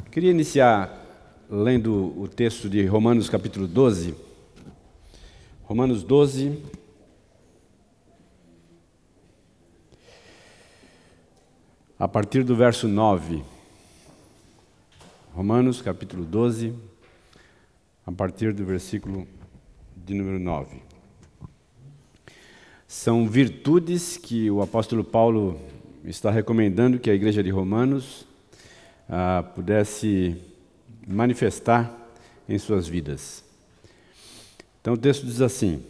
Queria iniciar lendo o texto de Romanos capítulo 12. Romanos 12, a partir do verso 9. Romanos capítulo 12, a partir do versículo de número 9. São virtudes que o apóstolo Paulo está recomendando que a igreja de Romanos pudesse manifestar em suas vidas. Então o texto diz assim: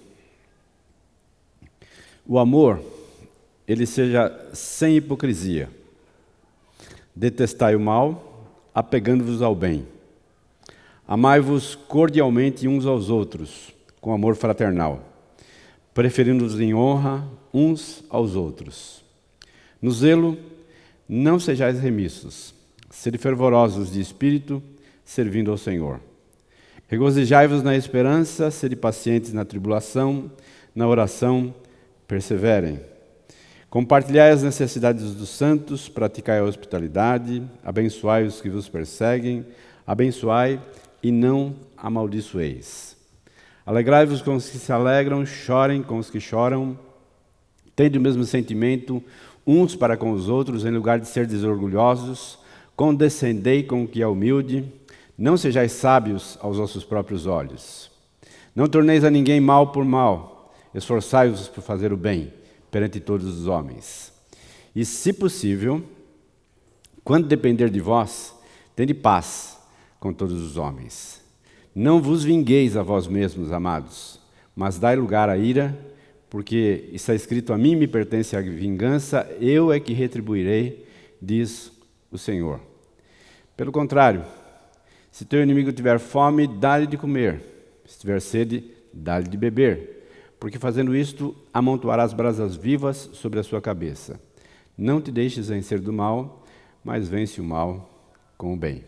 o amor, ele seja sem hipocrisia. Detestai o mal, apegando-vos ao bem. Amai-vos cordialmente uns aos outros, com amor fraternal, preferindo-vos em honra uns aos outros. No zelo, não sejais remissos, sede fervorosos de espírito, servindo ao Senhor. Regozijai-vos na esperança, sede pacientes na tribulação, na oração, perseverem. Compartilhai as necessidades dos santos, praticai a hospitalidade, abençoai os que vos perseguem, abençoai e não amaldiçoeis. Alegrai-vos com os que se alegram, chorem com os que choram, tende o mesmo sentimento uns para com os outros, em lugar de ser desorgulhosos, condescendei com o que é humilde, não sejais sábios aos vossos próprios olhos. Não torneis a ninguém mal por mal, esforçai-vos por fazer o bem perante todos os homens. E, se possível, quando depender de vós, tende paz com todos os homens. Não vos vingueis a vós mesmos, amados, mas dai lugar à ira, porque está escrito: a mim me pertence a vingança, eu é que retribuirei, diz o Senhor. Pelo contrário, se teu inimigo tiver fome, dá-lhe de comer, se tiver sede, dá-lhe de beber, porque fazendo isto, amontoarás brasas vivas sobre a sua cabeça. Não te deixes vencer do mal, mas vence o mal com o bem.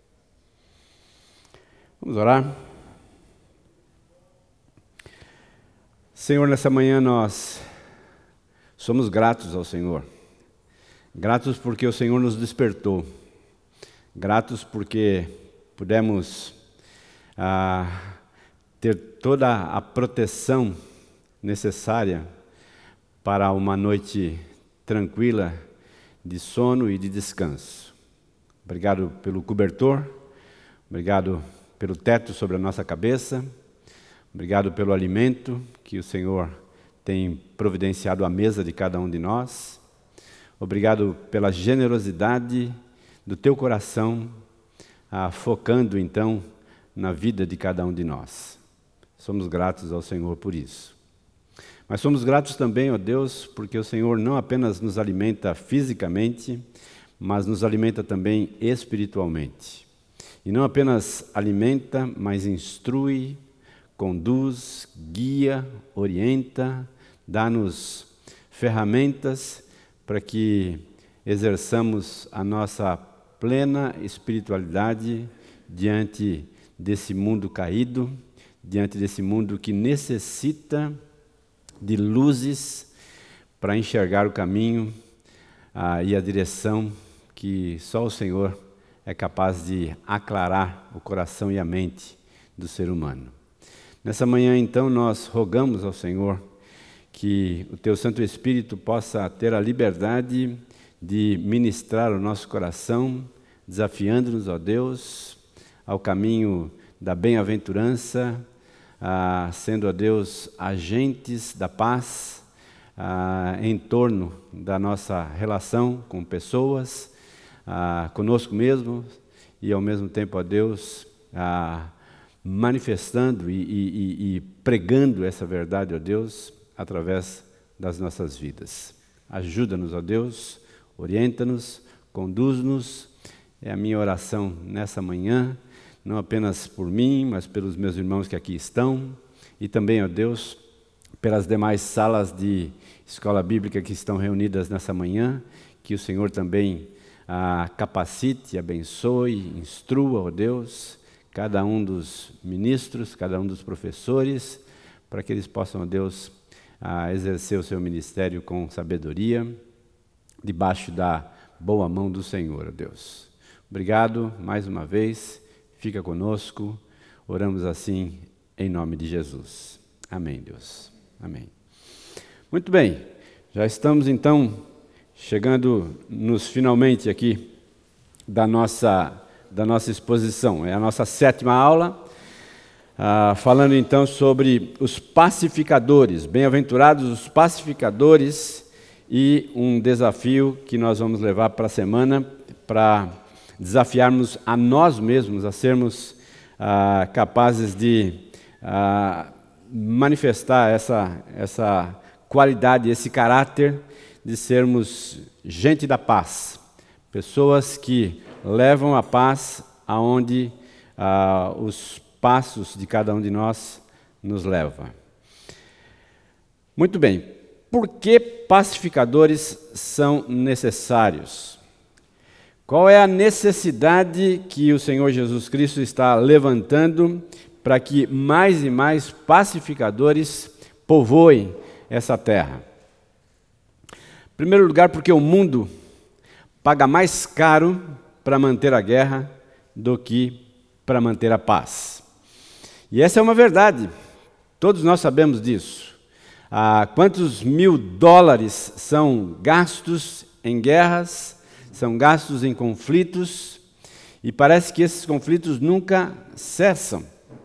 Vamos orar? Senhor, nessa manhã nós somos gratos ao Senhor. Gratos porque o Senhor nos despertou. Gratos porque pudemos ter toda a proteção necessária para uma noite tranquila de sono e de descanso. Obrigado pelo cobertor, obrigado pelo teto sobre a nossa cabeça, obrigado pelo alimento que o Senhor tem providenciado à mesa de cada um de nós. Obrigado pela generosidade do teu coração, focando então na vida de cada um de nós. Somos gratos ao Senhor por isso. Mas somos gratos também, ó Deus, porque o Senhor não apenas nos alimenta fisicamente, mas nos alimenta também espiritualmente. E não apenas alimenta, mas instrui, conduz, guia, orienta, dá-nos ferramentas para que exerçamos a nossa plena espiritualidade diante desse mundo caído, diante desse mundo que necessita de luzes para enxergar o caminho e a direção que só o Senhor é capaz de aclarar o coração e a mente do ser humano. Nessa manhã, então, nós rogamos ao Senhor que o Teu Santo Espírito possa ter a liberdade de ministrar o nosso coração, desafiando-nos, ó Deus, ao caminho da bem-aventurança, sendo, ó Deus, agentes da paz em torno da nossa relação com pessoas, conosco mesmo, e ao mesmo tempo, ó Deus, manifestando e pregando essa verdade, ó Deus, através das nossas vidas. Ajuda-nos, ó Deus, orienta-nos, conduz-nos. É a minha oração nessa manhã, não apenas por mim, mas pelos meus irmãos que aqui estão, e também, ó Deus, pelas demais salas de escola bíblica que estão reunidas nessa manhã, que o Senhor também capacite, abençoe, instrua, ó Deus, cada um dos ministros, cada um dos professores, para que eles possam, ó Deus, exercer o seu ministério com sabedoria, debaixo da boa mão do Senhor, ó Deus. Obrigado mais uma vez, fica conosco, oramos assim em nome de Jesus. Amém, Deus. Amém. Muito bem, já estamos então chegando nos finalmente aqui da nossa exposição. É a nossa 7ª aula, falando então sobre os pacificadores. Bem-aventurados os pacificadores, e um desafio que nós vamos levar para a semana para desafiarmos a nós mesmos a sermos capazes de manifestar essa qualidade, esse caráter de sermos gente da paz, pessoas que levam a paz aonde os passos de cada um de nós nos levam. Muito bem, por que pacificadores são necessários? Qual é a necessidade que o Senhor Jesus Cristo está levantando para que mais e mais pacificadores povoem essa terra? Em primeiro lugar, porque o mundo paga mais caro para manter a guerra do que para manter a paz. E essa é uma verdade, todos nós sabemos disso. Quantos $1.000 são gastos em guerras, são gastos em conflitos, e parece que esses conflitos nunca cessam.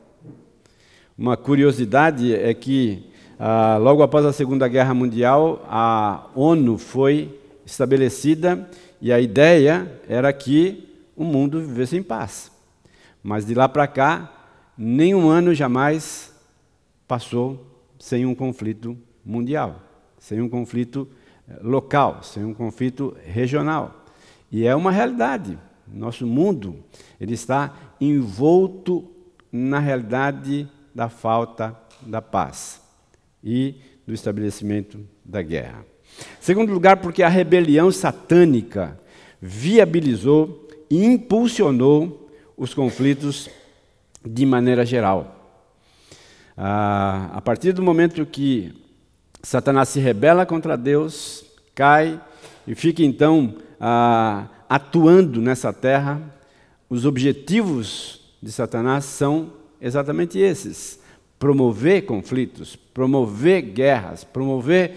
Uma curiosidade é que, logo após a Segunda Guerra Mundial, a ONU foi estabelecida e a ideia era que o mundo vivesse em paz. Mas de lá para cá, nenhum ano jamais passou sem um conflito mundial, sem um conflito local, sem um conflito regional. E é uma realidade. Nosso mundo ele está envolto na realidade da falta da paz e do estabelecimento da guerra. Segundo lugar, porque a rebelião satânica viabilizou e impulsionou os conflitos de maneira geral. A partir do momento que Satanás se rebela contra Deus, cai e fica então atuando nessa terra, os objetivos de Satanás são exatamente esses: promover conflitos, promover guerras, promover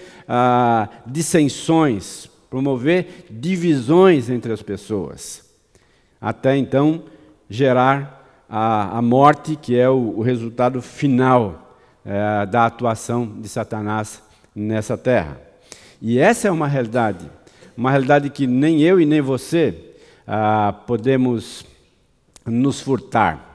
dissensões, promover divisões entre as pessoas, até então gerar a morte, que é o resultado final da atuação de Satanás nessa terra. E essa é uma realidade que nem eu e nem você podemos nos furtar.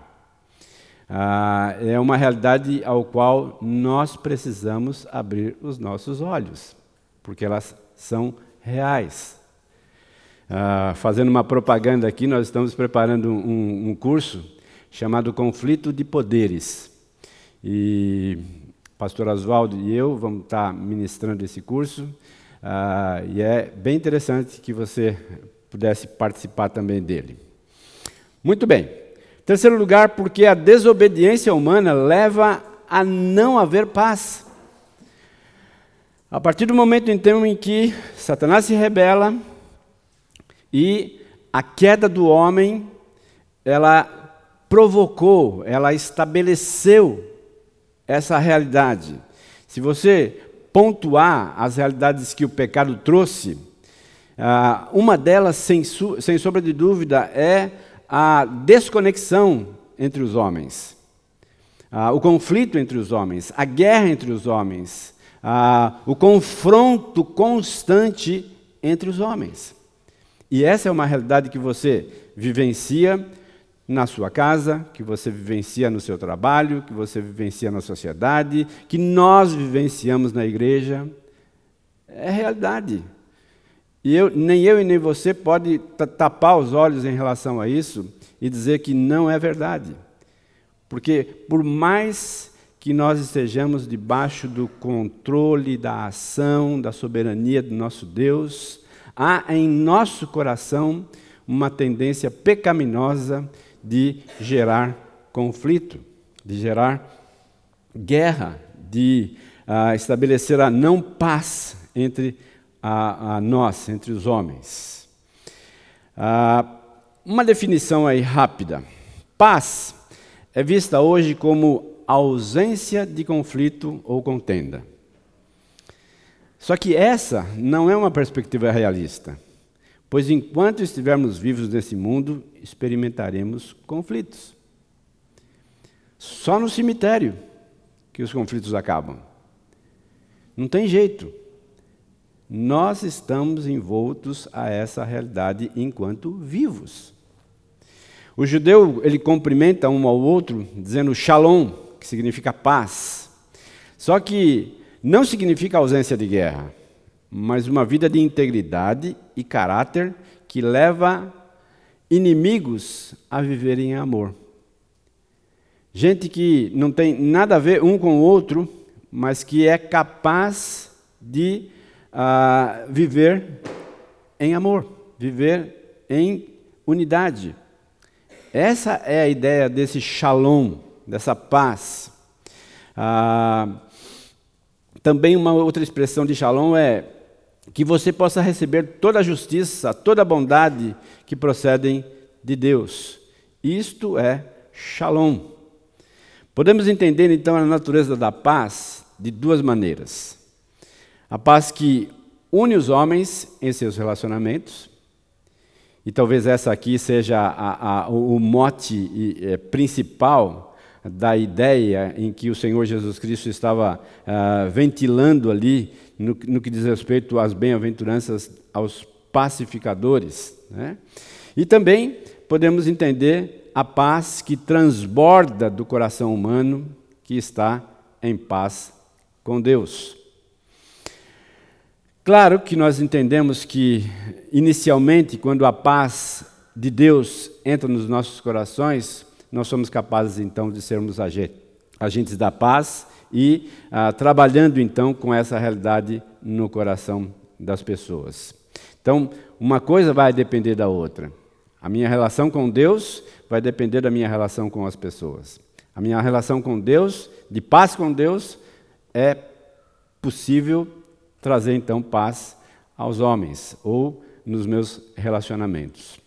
É uma realidade ao qual nós precisamos abrir os nossos olhos, porque elas são reais. Fazendo uma propaganda aqui, nós estamos preparando um curso chamado Conflito de Poderes. E o pastor Oswaldo e eu vamos estar ministrando esse curso, e é bem interessante que você pudesse participar também dele. Muito bem. Terceiro lugar, porque a desobediência humana leva a não haver paz. A partir do momento então em que Satanás se rebela e a queda do homem, ela provocou, ela estabeleceu essa realidade. Se você pontuar as realidades que o pecado trouxe, uma delas, sem sombra de dúvida, é a desconexão entre os homens, o conflito entre os homens, a guerra entre os homens, o confronto constante entre os homens. E essa é uma realidade que você vivencia na sua casa, que você vivencia no seu trabalho, que você vivencia na sociedade, que nós vivenciamos na igreja. É realidade. E nem eu e nem você pode tapar os olhos em relação a isso e dizer que não é verdade. Porque por mais que nós estejamos debaixo do controle da ação, da soberania do nosso Deus, há em nosso coração uma tendência pecaminosa de gerar conflito, de gerar guerra, de estabelecer a não paz entre nós, entre os homens. uma definição aí rápida. Paz é vista hoje como ausência de conflito ou contenda. Só que essa não é uma perspectiva realista, pois enquanto estivermos vivos nesse mundo, experimentaremos conflitos. Só no cemitério que os conflitos acabam. Não tem jeito. Nós estamos envoltos a essa realidade enquanto vivos. O judeu, ele cumprimenta um ao outro dizendo shalom, que significa paz. Só que não significa ausência de guerra, mas uma vida de integridade e caráter que leva inimigos a viverem em amor. Gente que não tem nada a ver um com o outro, mas que é capaz de viver em amor, viver em unidade. Essa é a ideia desse shalom, dessa paz. Também uma outra expressão de shalom é que você possa receber toda a justiça, toda a bondade que procedem de Deus. Isto é shalom. Podemos entender então a natureza da paz de duas maneiras. A paz que une os homens em seus relacionamentos, e talvez essa aqui seja o mote principal da ideia em que o Senhor Jesus Cristo estava ventilando ali no que diz respeito às bem-aventuranças aos pacificadores, né? E também podemos entender a paz que transborda do coração humano que está em paz com Deus. Claro que nós entendemos que, inicialmente, quando a paz de Deus entra nos nossos corações, nós somos capazes, então, de sermos agentes da paz e trabalhando, então, com essa realidade no coração das pessoas. Então, uma coisa vai depender da outra. A minha relação com Deus vai depender da minha relação com as pessoas. A minha relação com Deus, de paz com Deus, é possível trazer, então, paz aos homens ou nos meus relacionamentos.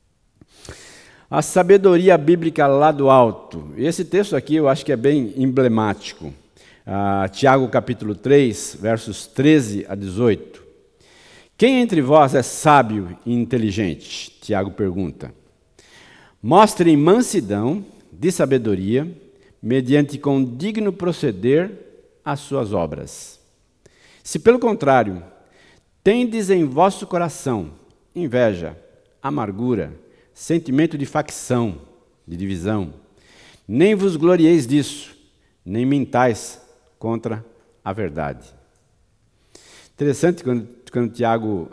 A sabedoria bíblica lá do alto. Esse texto aqui eu acho que é bem emblemático. Tiago capítulo 3, versos 13 a 18. Quem entre vós é sábio e inteligente? Tiago pergunta. Mostrem mansidão de sabedoria, mediante com digno proceder as suas obras. Se, pelo contrário, tendes em vosso coração inveja, amargura, sentimento de facção, de divisão, nem vos glorieis disso, nem mintais contra a verdade. Interessante quando Tiago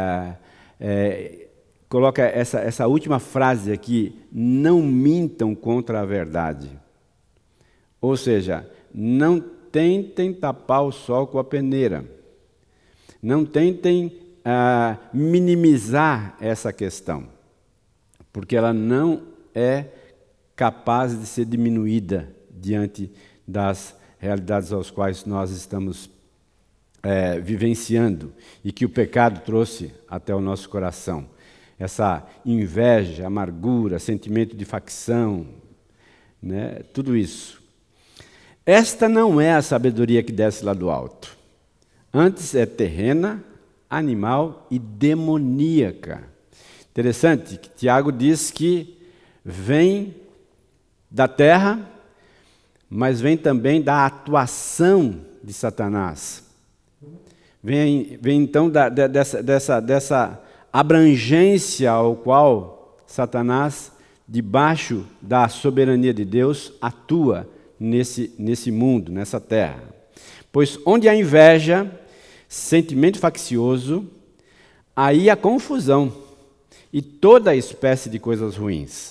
coloca essa última frase aqui, não mintam contra a verdade. Ou seja, não tentem tapar o sol com a peneira. Não tentem minimizar essa questão, porque ela não é capaz de ser diminuída diante das realidades às quais nós estamos vivenciando e que o pecado trouxe até o nosso coração. Essa inveja, amargura, sentimento de facção, né? Tudo isso. Esta não é a sabedoria que desce lá do alto. Antes é terrena, animal e demoníaca. Interessante que Tiago diz que vem da terra, mas vem também da atuação de Satanás. Vem então dessa abrangência ao qual Satanás, debaixo da soberania de Deus, atua nesse mundo, nessa terra. Pois onde há inveja, sentimento faccioso, aí há confusão e toda espécie de coisas ruins.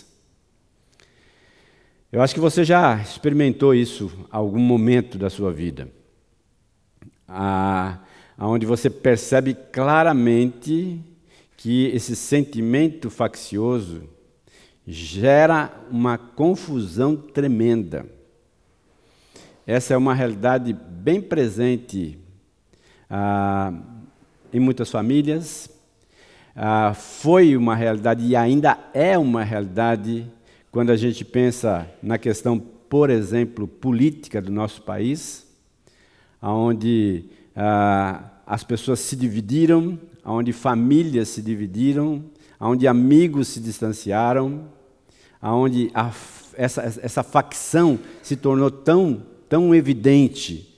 Eu acho que você já experimentou isso em algum momento da sua vida, onde você percebe claramente que esse sentimento faccioso gera uma confusão tremenda. Essa é uma realidade bem presente em muitas famílias, foi uma realidade e ainda é uma realidade quando a gente pensa na questão, por exemplo, política do nosso país, onde as pessoas se dividiram, onde famílias se dividiram, onde amigos se distanciaram, onde essa facção se tornou tão evidente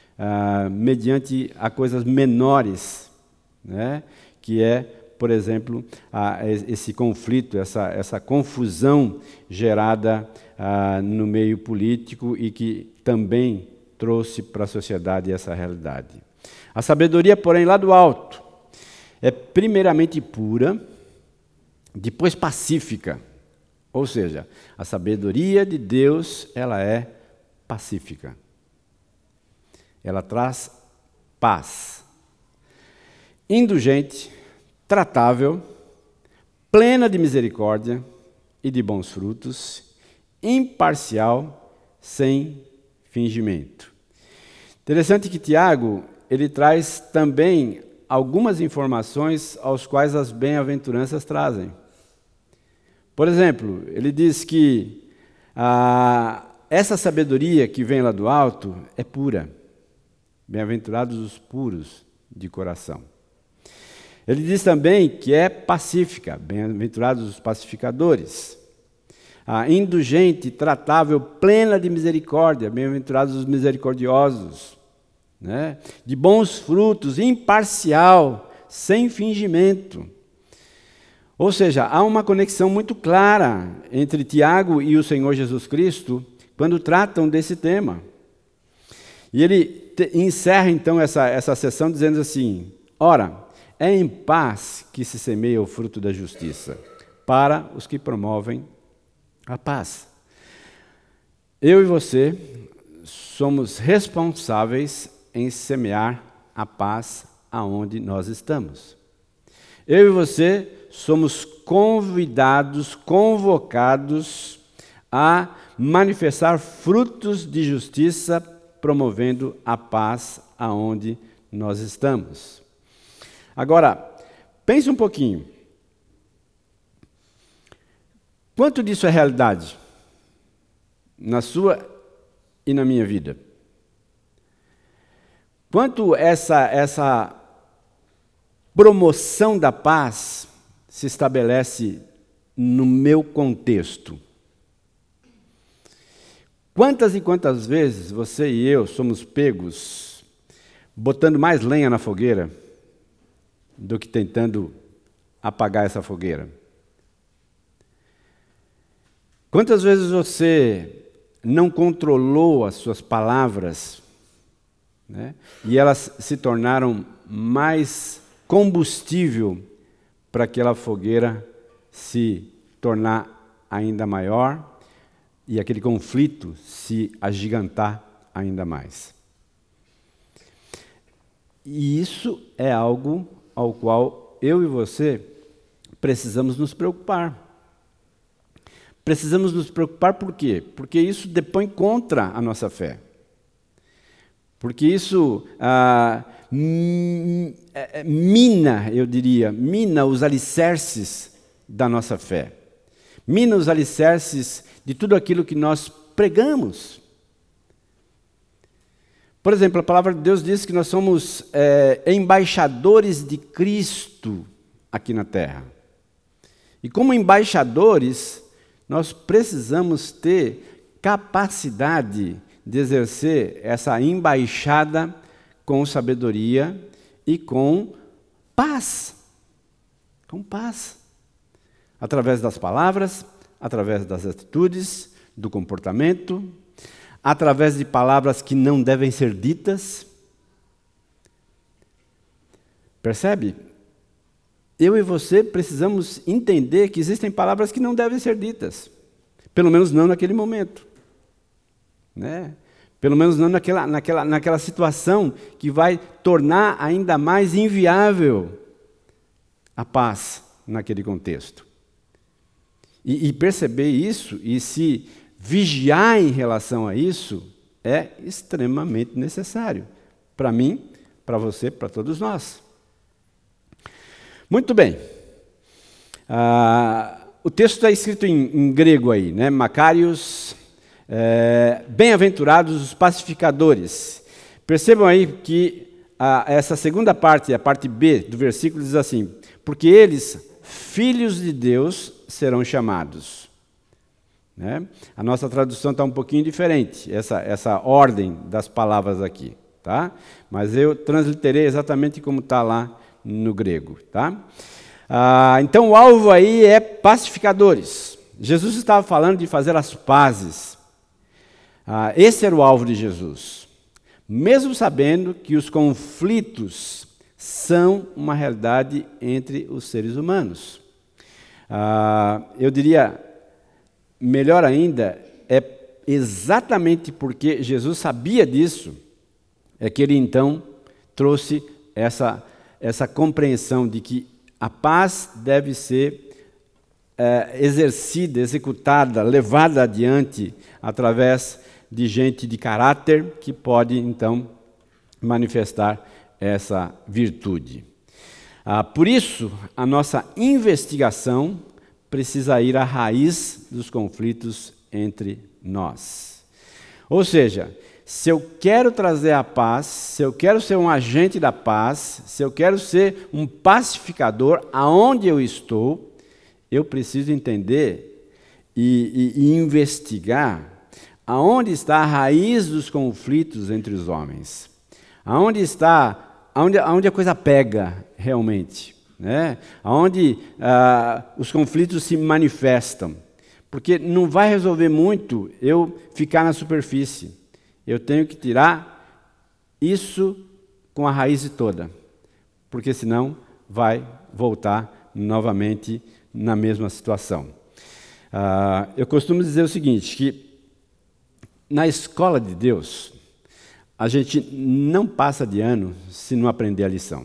mediante a coisas menores, né? Que é, por exemplo, esse conflito, essa confusão gerada no meio político e que também trouxe para a sociedade essa realidade. A sabedoria, porém, lá do alto, é primeiramente pura, depois pacífica. Ou seja, a sabedoria de Deus, ela é pacífica. Ela traz paz. Indulgente, tratável, plena de misericórdia e de bons frutos, imparcial, sem fingimento. Interessante que Tiago, ele traz também algumas informações aos quais as bem-aventuranças trazem. Por exemplo, ele diz que essa sabedoria que vem lá do alto é pura. Bem-aventurados os puros de coração. Ele diz também que é pacífica. Bem-aventurados os pacificadores. Indulgente, tratável, plena de misericórdia. Bem-aventurados os misericordiosos. Né? De bons frutos, imparcial, sem fingimento. Ou seja, há uma conexão muito clara entre Tiago e o Senhor Jesus Cristo quando tratam desse tema. E ele encerra então essa sessão dizendo assim: ora, é em paz que se semeia o fruto da justiça, para os que promovem a paz. Eu e você somos responsáveis em semear a paz aonde nós estamos. Eu e você somos convidados, convocados a manifestar frutos de justiça, promovendo a paz aonde nós estamos. Agora, pense um pouquinho. Quanto disso é realidade na sua e na minha vida? Quanto essa promoção da paz se estabelece no meu contexto? Quantas e quantas vezes você e eu somos pegos botando mais lenha na fogueira do que tentando apagar essa fogueira? Quantas vezes você não controlou as suas palavras, né, e elas se tornaram mais combustível para aquela fogueira se tornar ainda maior e aquele conflito se agigantar ainda mais? E isso é algo ao qual eu e você precisamos nos preocupar. Precisamos nos preocupar por quê? Porque isso depõe contra a nossa fé. Porque isso mina os alicerces da nossa fé. Mina os alicerces de tudo aquilo que nós pregamos. Por exemplo, a palavra de Deus diz que nós somos embaixadores de Cristo aqui na terra. E como embaixadores, nós precisamos ter capacidade de exercer essa embaixada com sabedoria e com paz. Com paz. Através das palavras, através das atitudes, do comportamento, através de palavras que não devem ser ditas. Percebe? Eu e você precisamos entender que existem palavras que não devem ser ditas. Pelo menos não naquele momento. Né? Pelo menos não naquela situação que vai tornar ainda mais inviável a paz naquele contexto. E perceber isso e se vigiar em relação a isso é extremamente necessário. Para mim, para você, para todos nós. Muito bem. O texto está escrito em grego aí, né? Macarios, bem-aventurados os pacificadores. Percebam aí que essa segunda parte, a parte B do versículo, diz assim: porque eles, filhos de Deus, serão chamados. Né? A nossa tradução está um pouquinho diferente, essa ordem das palavras aqui. Tá? Mas eu transliterei exatamente como está lá no grego. Tá? Então o alvo aí é pacificadores. Jesus estava falando de fazer as pazes. Esse era o alvo de Jesus. Mesmo sabendo que os conflitos são uma realidade entre os seres humanos. Eu diria, melhor ainda, é exatamente porque Jesus sabia disso, é que ele então trouxe essa compreensão de que a paz deve ser exercida, executada, levada adiante através de gente de caráter que pode, então, manifestar essa virtude. Por isso, a nossa investigação precisa ir à raiz dos conflitos entre nós. Ou seja, se eu quero trazer a paz, se eu quero ser um agente da paz, se eu quero ser um pacificador aonde eu estou, eu preciso entender e investigar aonde está a raiz dos conflitos entre os homens. Aonde a coisa pega realmente, né? Aonde os conflitos se manifestam. Porque não vai resolver muito eu ficar na superfície. Eu tenho que tirar isso com a raiz toda, porque senão vai voltar novamente na mesma situação. Eu costumo dizer o seguinte, que na escola de Deus, a gente não passa de ano se não aprender a lição.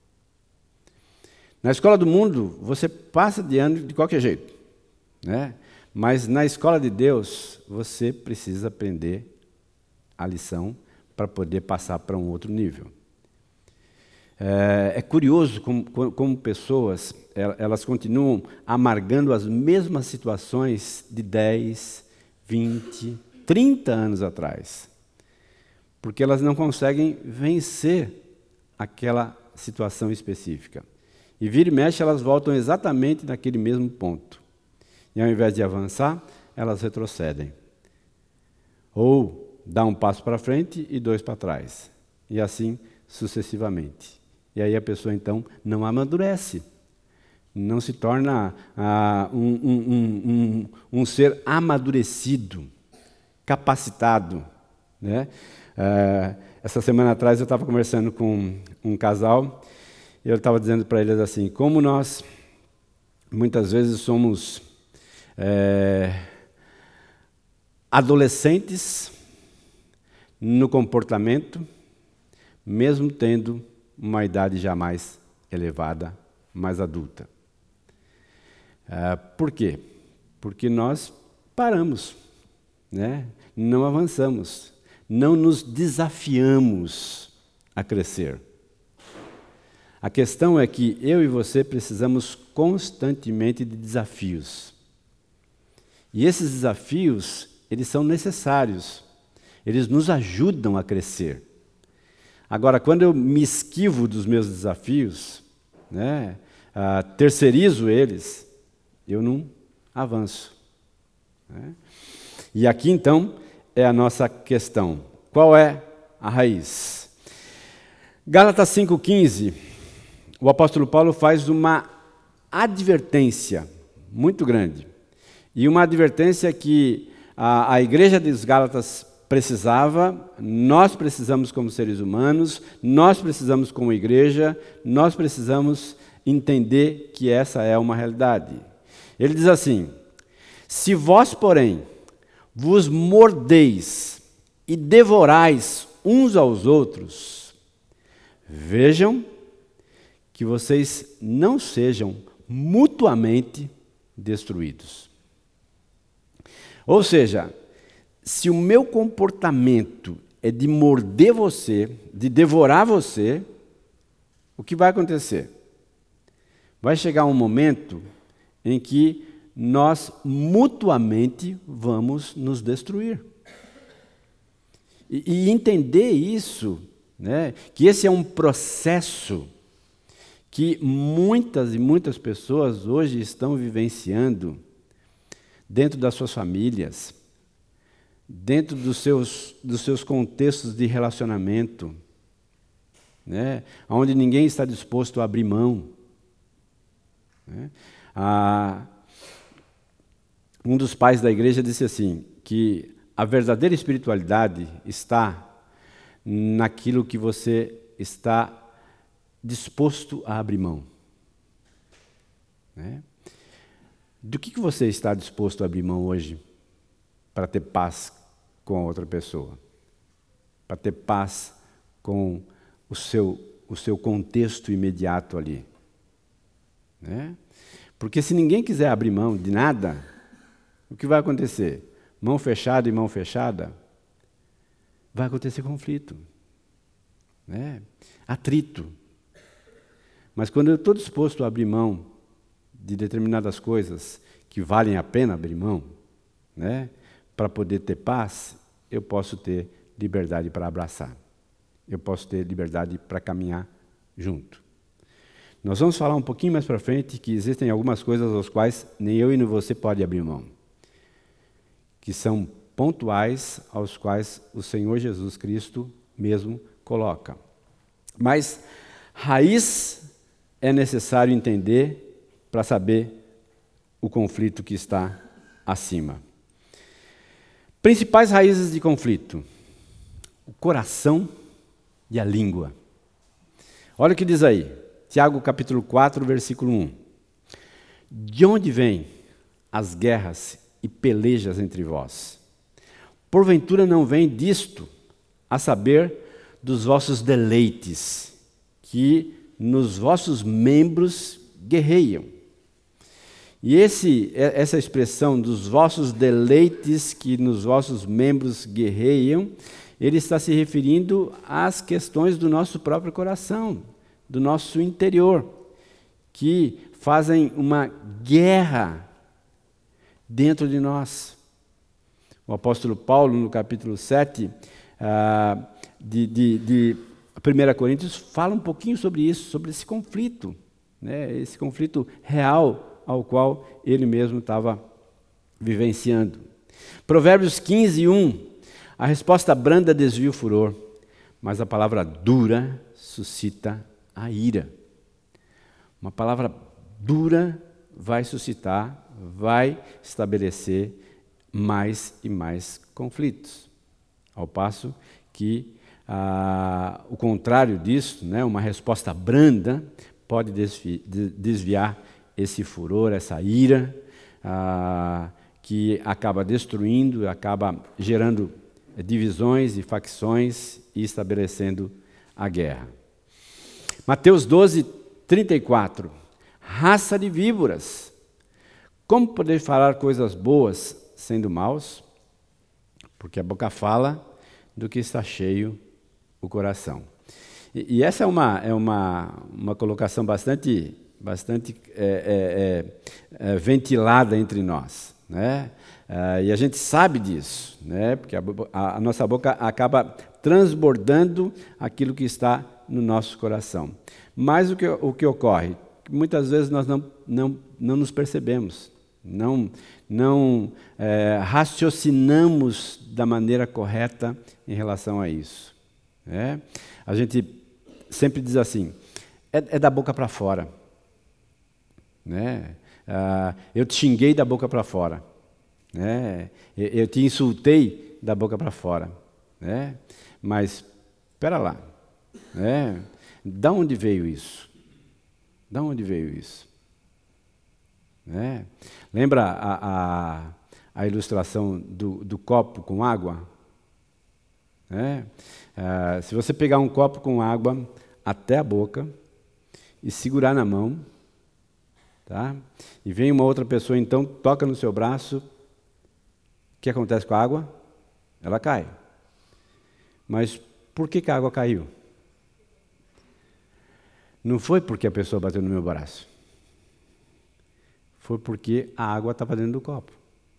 Na escola do mundo, você passa de ano de qualquer jeito, né? Mas na escola de Deus, você precisa aprender a lição para poder passar para um outro nível. É curioso como pessoas, elas continuam amargando as mesmas situações de 10, 20, 30 anos atrás. Porque elas não conseguem vencer aquela situação específica. E vira e mexe, elas voltam exatamente naquele mesmo ponto. E ao invés de avançar, elas retrocedem. Ou dá um passo para frente e 2 para trás. E assim sucessivamente. E aí a pessoa, então, não amadurece. Não se torna um ser amadurecido, capacitado. Né? Essa semana atrás eu estava conversando com um casal e eu estava dizendo para eles assim, como nós muitas vezes somos adolescentes no comportamento, mesmo tendo uma idade já mais elevada, mais adulta. Por quê? Porque nós paramos, né? Não avançamos, não nos desafiamos a crescer. A questão é que eu e você precisamos constantemente de desafios. E esses desafios, eles são necessários. Eles nos ajudam a crescer. Agora, quando eu me esquivo dos meus desafios, né, terceirizo eles, eu não avanço. Né? E aqui, então, é a nossa questão. Qual é a raiz? Gálatas 5,15, o apóstolo Paulo faz uma advertência muito grande. E uma advertência que a igreja dos Gálatas precisava, nós precisamos como seres humanos, nós precisamos como igreja, nós precisamos entender que essa é uma realidade. Ele diz assim, se vós, porém, vos mordeis e devorais uns aos outros, vejam que vocês não sejam mutuamente destruídos. Ou seja, se o meu comportamento é de morder você, de devorar você, o que vai acontecer? Vai chegar um momento em que nós mutuamente vamos nos destruir. E entender isso, né, que esse é um processo que muitas e muitas pessoas hoje estão vivenciando dentro das suas famílias, dentro dos seus contextos de relacionamento, né, onde ninguém está disposto a abrir mão. Né? Um dos pais da igreja disse assim, que a verdadeira espiritualidade está naquilo que você está disposto a abrir mão. Né? Do que você está disposto a abrir mão hoje para ter paz com a outra pessoa? Para ter paz com o seu contexto imediato ali. Né? Porque se ninguém quiser abrir mão de nada, o que vai acontecer? Mão fechada e mão fechada, vai acontecer conflito, né? Atrito. Mas quando eu estou disposto a abrir mão de determinadas coisas que valem a pena abrir mão, né, para poder ter paz, eu posso ter liberdade para abraçar. Eu posso ter liberdade para caminhar junto. Nós vamos falar um pouquinho mais para frente que existem algumas coisas às quais nem eu e nem você pode abrir mão, que são pontuais aos quais o Senhor Jesus Cristo mesmo coloca. Mas raiz é necessário entender para saber o conflito que está acima. Principais raízes de conflito: o coração e a língua. Olha o que diz aí, Tiago capítulo 4, versículo 1. De onde vêm as guerras e pelejas entre vós? Porventura não vem disto, a saber, dos vossos deleites, que nos vossos membros guerreiam. E essa expressão dos vossos deleites, que nos vossos membros guerreiam, ele está se referindo às questões do nosso próprio coração, do nosso interior, que fazem uma guerra dentro de nós. O apóstolo Paulo, no capítulo 7 de 1 Coríntios, fala um pouquinho sobre isso, sobre esse conflito, né? Esse conflito real ao qual ele mesmo estava vivenciando. Provérbios 15, 1. A resposta branda desvia o furor, mas a palavra dura suscita a ira. Uma palavra dura vai suscitar, vai estabelecer mais e mais conflitos. Ao passo que o contrário disso, né, uma resposta branda, pode desviar esse furor, essa ira, que acaba destruindo, acaba gerando divisões e facções e estabelecendo a guerra. Mateus 12, 34. Raça de víboras, como poder falar coisas boas sendo maus? Porque a boca fala do que está cheio o coração. E essa é uma colocação bastante ventilada entre nós, né? E a gente sabe disso, né? Porque a nossa boca acaba transbordando aquilo que está no nosso coração. Mas o que ocorre? Muitas vezes nós não nos percebemos, não raciocinamos da maneira correta em relação a isso. Né? A gente sempre diz assim, é da boca para fora. Né? Eu te xinguei da boca para fora. Né? Eu te insultei da boca para fora. Né? Mas, espera lá. Né? Da onde veio isso? Da onde veio isso? Né? Lembra a ilustração do copo com água? Né? Se você pegar um copo com água até a boca e segurar na mão, tá? E vem uma outra pessoa, então, toca no seu braço, o que acontece com a água? Ela cai. Mas por que a água caiu? Não foi porque a pessoa bateu no meu braço. foi porque a água estava dentro do copo.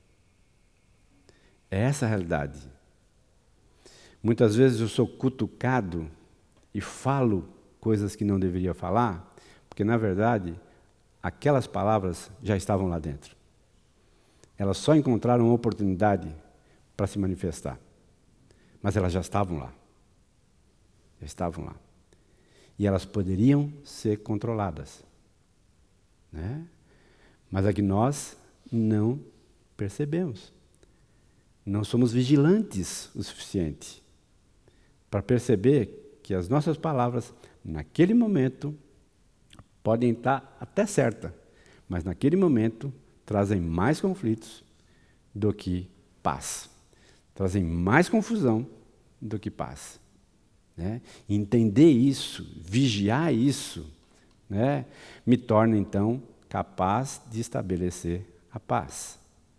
É essa a realidade. Muitas vezes eu sou cutucado e falo coisas que não deveria falar, porque na verdade aquelas palavras já estavam lá dentro. Elas só encontraram uma oportunidade para se manifestar. Mas elas já estavam lá. Já estavam lá. E elas poderiam ser controladas. Né? Mas é que nós não percebemos. Não somos vigilantes o suficiente para perceber que as nossas palavras, naquele momento, podem estar até certas, mas naquele momento trazem mais conflitos do que paz. Trazem mais confusão do que paz. Né? Entender isso, vigiar isso, né, me torna então capaz de estabelecer a paz.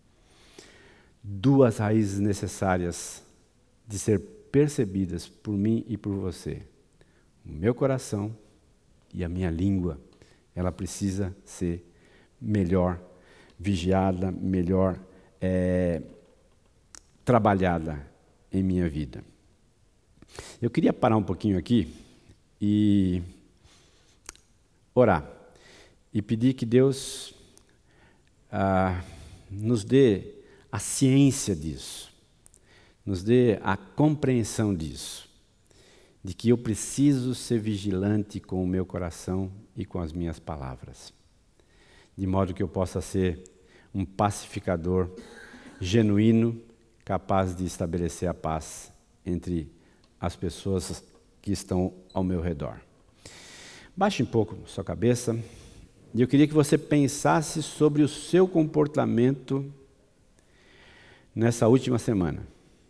Duas raízes necessárias de ser percebidas por mim e por você. O meu coração e a minha língua. Ela precisa ser melhor vigiada, melhor trabalhada em minha vida. Eu queria parar um pouquinho aqui e orar. E pedir que Deus nos dê a ciência disso, nos dê a compreensão disso, de que eu preciso ser vigilante com o meu coração e com as minhas palavras, de modo que eu possa ser um pacificador genuíno, capaz de estabelecer a paz entre as pessoas que estão ao meu redor. Baixe um pouco sua cabeça e eu queria que você pensasse sobre o seu comportamento nessa última semana.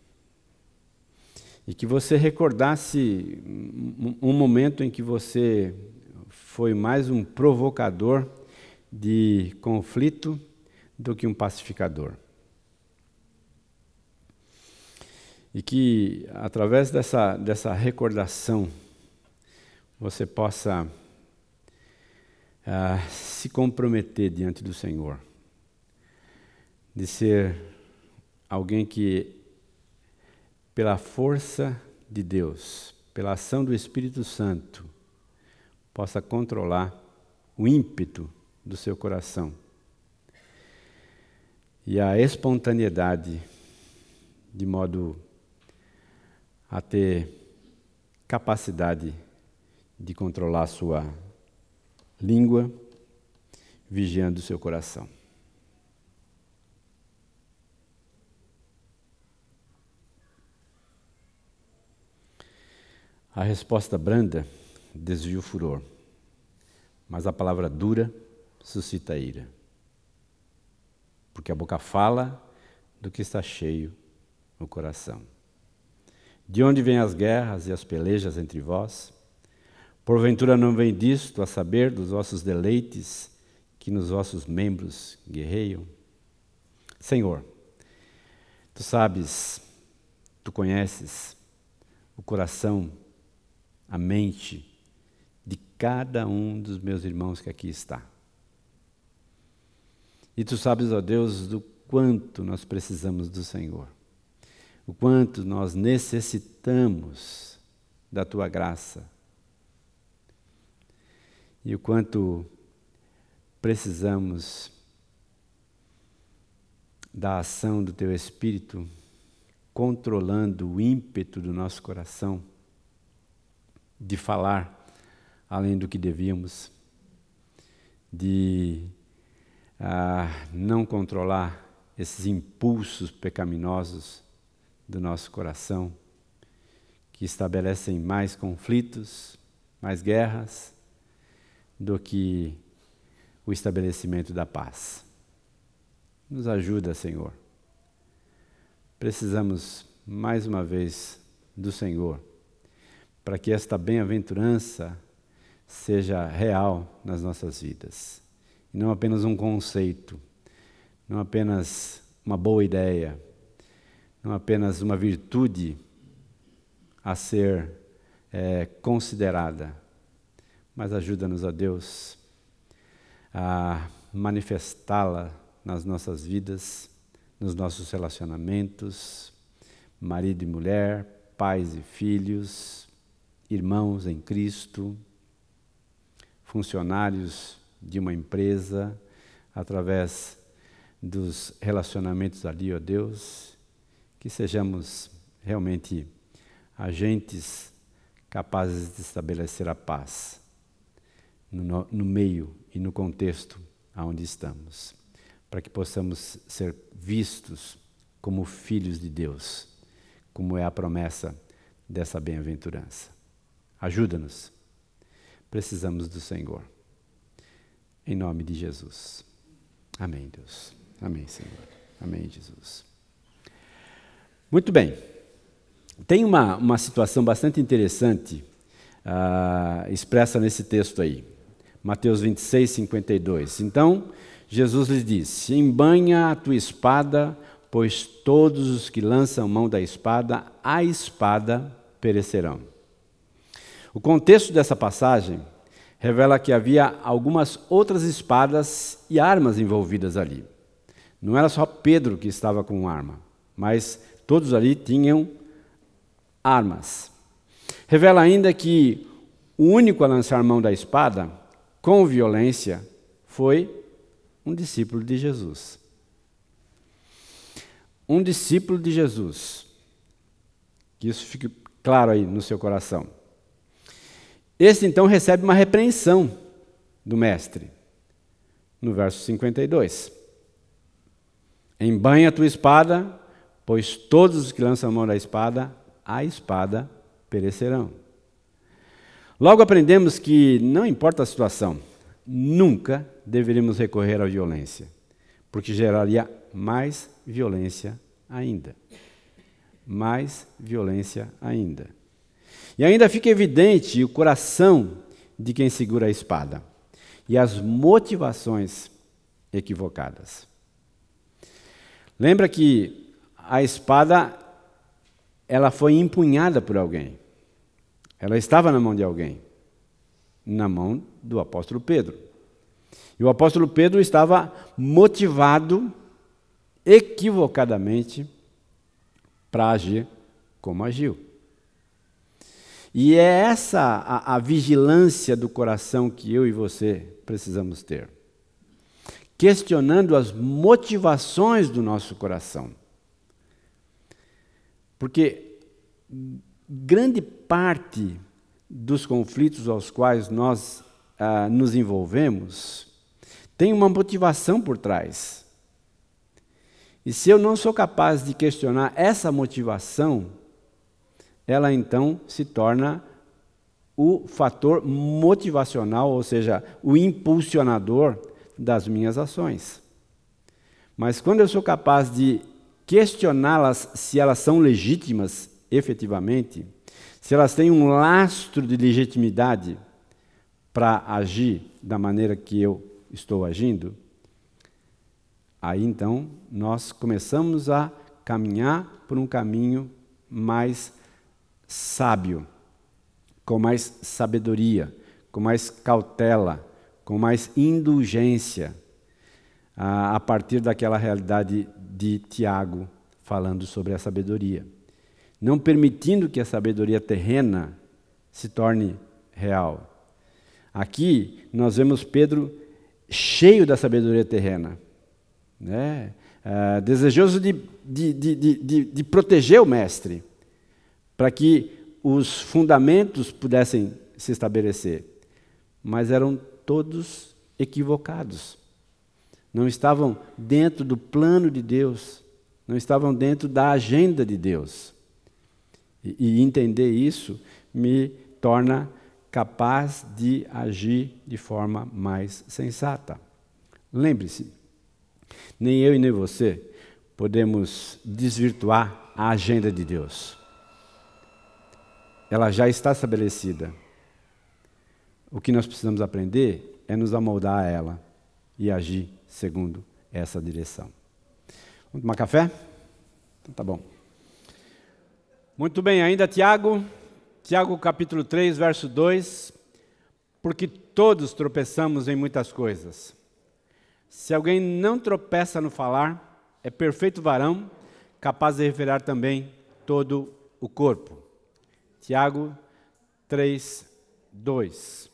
E que você recordasse um momento em que você foi mais um provocador de conflito do que um pacificador. E que, através dessa recordação, você possa se comprometer diante do Senhor, de ser alguém que, pela força de Deus, pela ação do Espírito Santo, possa controlar o ímpeto do seu coração e a espontaneidade, de modo a ter capacidade de controlar a sua língua, vigiando o seu coração. A resposta branda desvia o furor, mas a palavra dura suscita ira. Porque a boca fala do que está cheio no coração. De onde vêm as guerras e as pelejas entre vós? Porventura não vem disto a saber dos vossos deleites que nos vossos membros guerreiam? Senhor, tu sabes, tu conheces o coração, a mente de cada um dos meus irmãos que aqui está. E tu sabes, ó Deus, do quanto nós precisamos do Senhor, o quanto nós necessitamos da tua graça e o quanto precisamos da ação do teu Espírito controlando o ímpeto do nosso coração de falar além do que devíamos, de não controlar esses impulsos pecaminosos do nosso coração, que estabelecem mais conflitos, mais guerras, do que o estabelecimento da paz. Nos ajuda, Senhor. Precisamos, mais uma vez, do Senhor, para que esta bem-aventurança seja real nas nossas vidas. E não apenas um conceito, não apenas uma boa ideia, não apenas uma virtude a ser considerada, mas ajuda-nos, ó Deus, a manifestá-la nas nossas vidas, nos nossos relacionamentos, marido e mulher, pais e filhos, irmãos em Cristo, funcionários de uma empresa, através dos relacionamentos ali, ó Deus, que sejamos realmente agentes capazes de estabelecer a paz no meio e no contexto onde estamos, para que possamos ser vistos como filhos de Deus, como é a promessa dessa bem-aventurança. Ajuda-nos. Precisamos do Senhor. Em nome de Jesus. Amém, Deus. Amém, Senhor. Amém, Jesus. Muito bem. Tem uma situação bastante interessante expressa nesse texto aí. Mateus 26, 52. Então, Jesus lhes disse: embanha a tua espada, pois todos os que lançam mão da espada, a espada perecerão. O contexto dessa passagem revela que havia algumas outras espadas e armas envolvidas ali. Não era só Pedro que estava com arma, mas todos ali tinham armas. Revela ainda que o único a lançar mão da espada, com violência, foi um discípulo de Jesus. Um discípulo de Jesus. Que isso fique claro aí no seu coração. Esse então recebe uma repreensão do mestre, no verso 52. Embanha a tua espada, pois todos os que lançam a mão da espada, a espada perecerão. Logo aprendemos que, não importa a situação, nunca deveríamos recorrer à violência, porque geraria mais violência ainda. Mais violência ainda. E ainda fica evidente o coração de quem segura a espada e as motivações equivocadas. Lembra que a espada, ela foi empunhada por alguém. Ela estava na mão de alguém, na mão do apóstolo Pedro. E o apóstolo Pedro estava motivado equivocadamente para agir como agiu. E é essa a vigilância do coração que eu e você precisamos ter. Questionando as motivações do nosso coração. Porque grande parte dos conflitos aos quais nós nos envolvemos tem uma motivação por trás. E se eu não sou capaz de questionar essa motivação, ela então se torna o fator motivacional, ou seja, o impulsionador das minhas ações. Mas quando eu sou capaz de questioná-las se elas são legítimas efetivamente, se elas têm um lastro de legitimidade para agir da maneira que eu estou agindo, aí então nós começamos a caminhar por um caminho mais sábio, com mais sabedoria, com mais cautela, com mais indulgência, a partir daquela realidade de Tiago falando sobre a sabedoria. Não permitindo que a sabedoria terrena se torne real. Aqui nós vemos Pedro cheio da sabedoria terrena, né? Desejoso de proteger o mestre, para que os fundamentos pudessem se estabelecer. Mas eram todos equivocados. Não estavam dentro do plano de Deus, não estavam dentro da agenda de Deus. E entender isso me torna capaz de agir de forma mais sensata. Lembre-se, nem eu e nem você podemos desvirtuar a agenda de Deus. Ela já está estabelecida. O que nós precisamos aprender é nos amoldar a ela e agir segundo essa direção. Vamos tomar café? Então tá bom. Muito bem, ainda Tiago capítulo 3, verso 2. Porque todos tropeçamos em muitas coisas. Se alguém não tropeça no falar, é perfeito varão, capaz de refrear também todo o corpo. Tiago 3:2.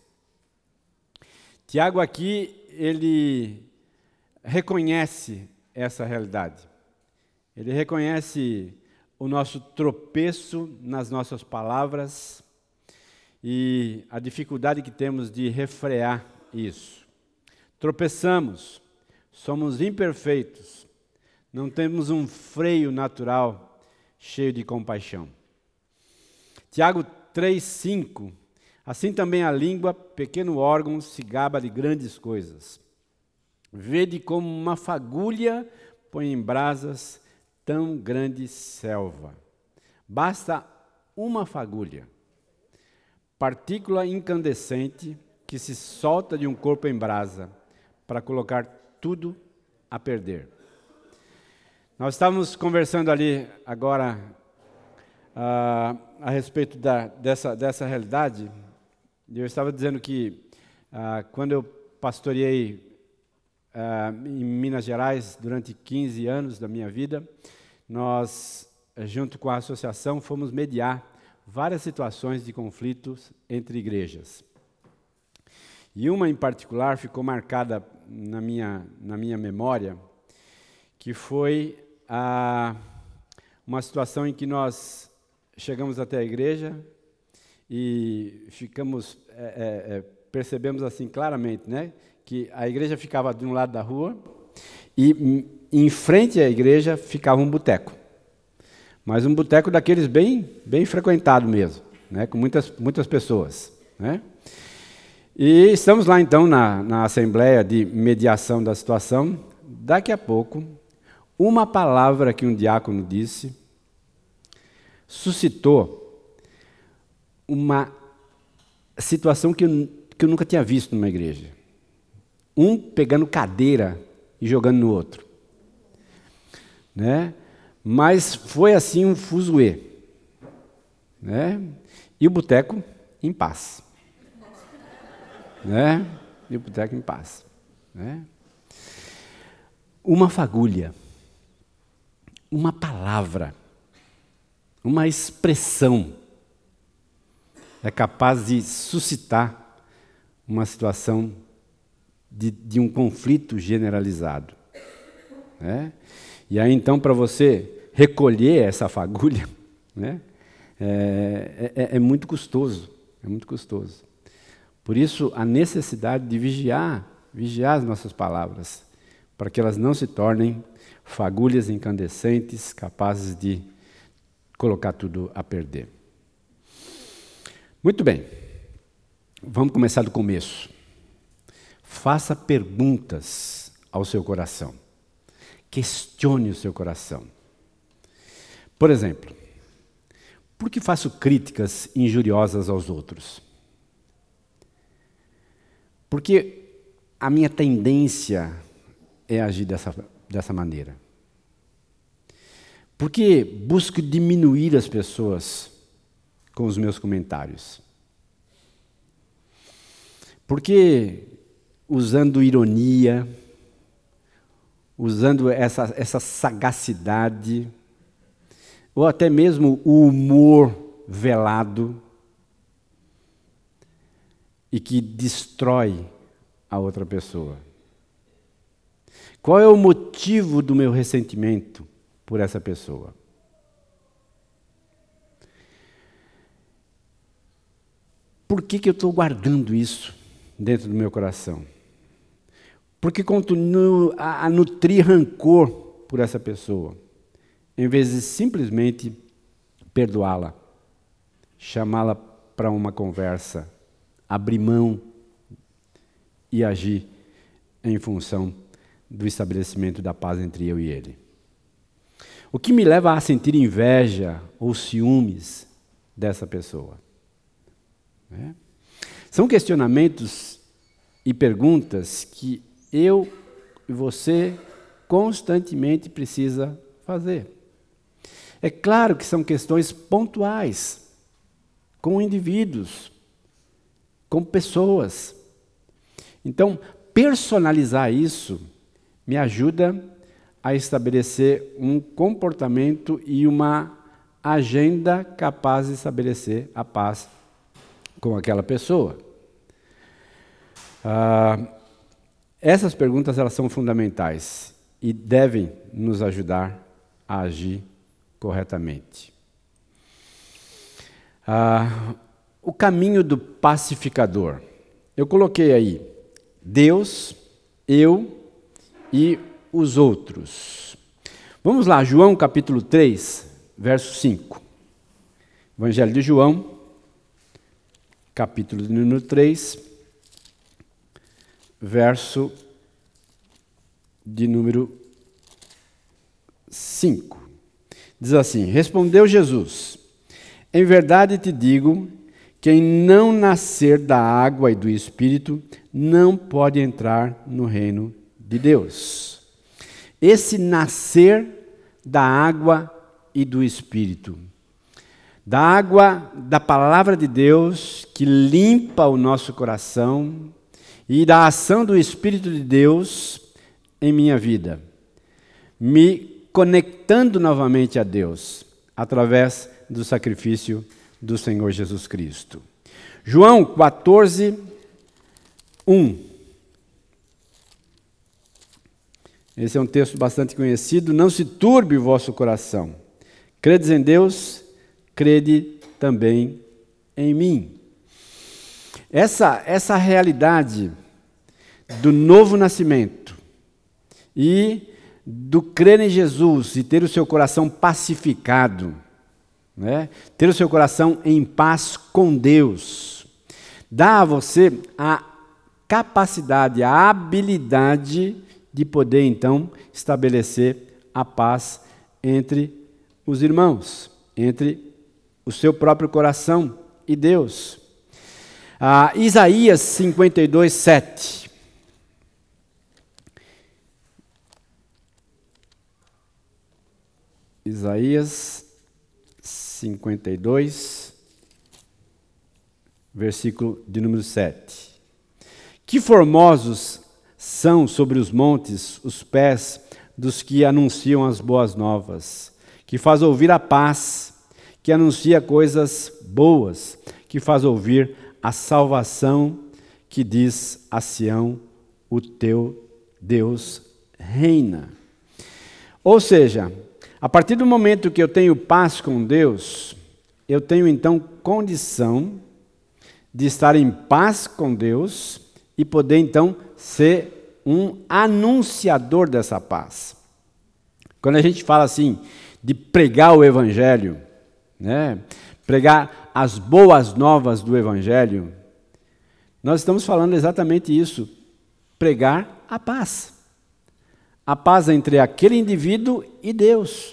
Tiago aqui, ele reconhece essa realidade. Ele reconhece o nosso tropeço nas nossas palavras e a dificuldade que temos de refrear isso. Tropeçamos, somos imperfeitos, não temos um freio natural cheio de compaixão. Tiago 3:5. Assim também a língua, pequeno órgão, se gaba de grandes coisas. Vede como uma fagulha põe em brasas tão grande selva. Basta uma fagulha, partícula incandescente que se solta de um corpo em brasa para colocar tudo a perder. Nós estávamos conversando ali agora a respeito dessa realidade. Eu estava dizendo que quando eu pastoreei em Minas Gerais durante 15 anos da minha vida, nós, junto com a associação, fomos mediar várias situações de conflitos entre igrejas. E uma em particular ficou marcada na minha memória, que foi uma situação em que nós chegamos até a igreja e percebemos assim claramente, né, que a igreja ficava de um lado da rua e em frente à igreja ficava um boteco. Mas um boteco daqueles bem frequentado mesmo, né, com muitas pessoas, né? E estamos lá então na assembleia de mediação da situação. Daqui a pouco, uma palavra que um diácono disse suscitou uma situação que eu nunca tinha visto numa igreja. Um pegando cadeira e jogando no outro, né? Mas foi assim um fuzuê, né? E o boteco em paz, né? E o boteco em paz, né? Uma fagulha, uma palavra, uma expressão é capaz de suscitar uma situação de um conflito generalizado, né? E aí, então, para você recolher essa fagulha, né, é muito custoso, é muito custoso. Por isso, a necessidade de vigiar as nossas palavras, para que elas não se tornem fagulhas incandescentes, capazes de colocar tudo a perder. Muito bem, vamos começar do começo. Faça perguntas ao seu coração. Questione o seu coração. Por exemplo, por que faço críticas injuriosas aos outros? Porque a minha tendência é agir dessa maneira. Porque busco diminuir as pessoas com os meus comentários. Porque usando ironia, usando essa sagacidade, ou até mesmo o humor velado, e que destrói a outra pessoa. Qual é o motivo do meu ressentimento por essa pessoa? Por que eu estou guardando isso dentro do meu coração? Porque continuo a nutrir rancor por essa pessoa, em vez de simplesmente perdoá-la, chamá-la para uma conversa, abrir mão e agir em função do estabelecimento da paz entre eu e ele. O que me leva a sentir inveja ou ciúmes dessa pessoa? Né? São questionamentos e perguntas que eu e você constantemente precisa fazer. É claro que são questões pontuais, com indivíduos, com pessoas. Então, personalizar isso me ajuda a estabelecer um comportamento e uma agenda capaz de estabelecer a paz com aquela pessoa. Essas perguntas elas são fundamentais e devem nos ajudar a agir corretamente. O caminho do pacificador. Eu coloquei aí Deus, eu e os outros. Vamos lá, João capítulo 3, verso 5. Evangelho de João, capítulo número 3, verso de número 5. Diz assim: respondeu Jesus: em verdade te digo, quem não nascer da água e do Espírito não pode entrar no reino de Deus. Esse nascer da água e do Espírito, da água da palavra de Deus que limpa o nosso coração e da ação do Espírito de Deus em minha vida, me conectando novamente a Deus através do sacrifício do Senhor Jesus Cristo. João 14, 1. Esse é um texto bastante conhecido. Não se turbe o vosso coração. Credes em Deus, crede também em mim. Essa realidade do novo nascimento e do crer em Jesus e ter o seu coração pacificado, né? Ter o seu coração em paz com Deus, dá a você a capacidade, a habilidade de poder, então, estabelecer a paz entre os irmãos, entre o seu próprio coração e Deus. Isaías 52, 7. Isaías 52, versículo de número 7. Que formosos são sobre os montes os pés dos que anunciam as boas novas, que faz ouvir a paz, que anuncia coisas boas, que faz ouvir a salvação, que diz a Sião, o teu Deus reina. Ou seja, a partir do momento que eu tenho paz com Deus, eu tenho então condição de estar em paz com Deus e poder então ser um anunciador dessa paz. Quando a gente fala assim de pregar o Evangelho, né, pregar as boas novas do Evangelho, nós estamos falando exatamente isso, pregar a paz. A paz entre aquele indivíduo e Deus.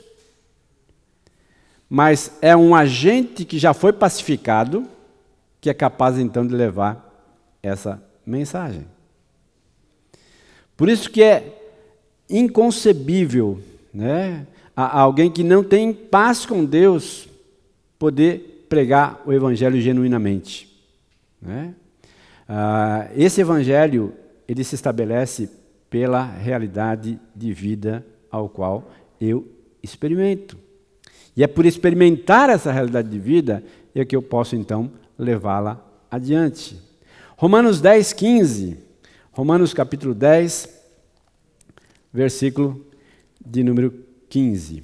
Mas é um agente que já foi pacificado, que é capaz então de levar essa mensagem. Por isso que é inconcebível, né, a alguém que não tem paz com Deus poder pregar o Evangelho genuinamente, né? Esse Evangelho, ele se estabelece pela realidade de vida ao qual eu experimento. E é por experimentar essa realidade de vida é que eu posso, então, levá-la adiante. Romanos 10, 15. Romanos capítulo 10, versículo de número 15.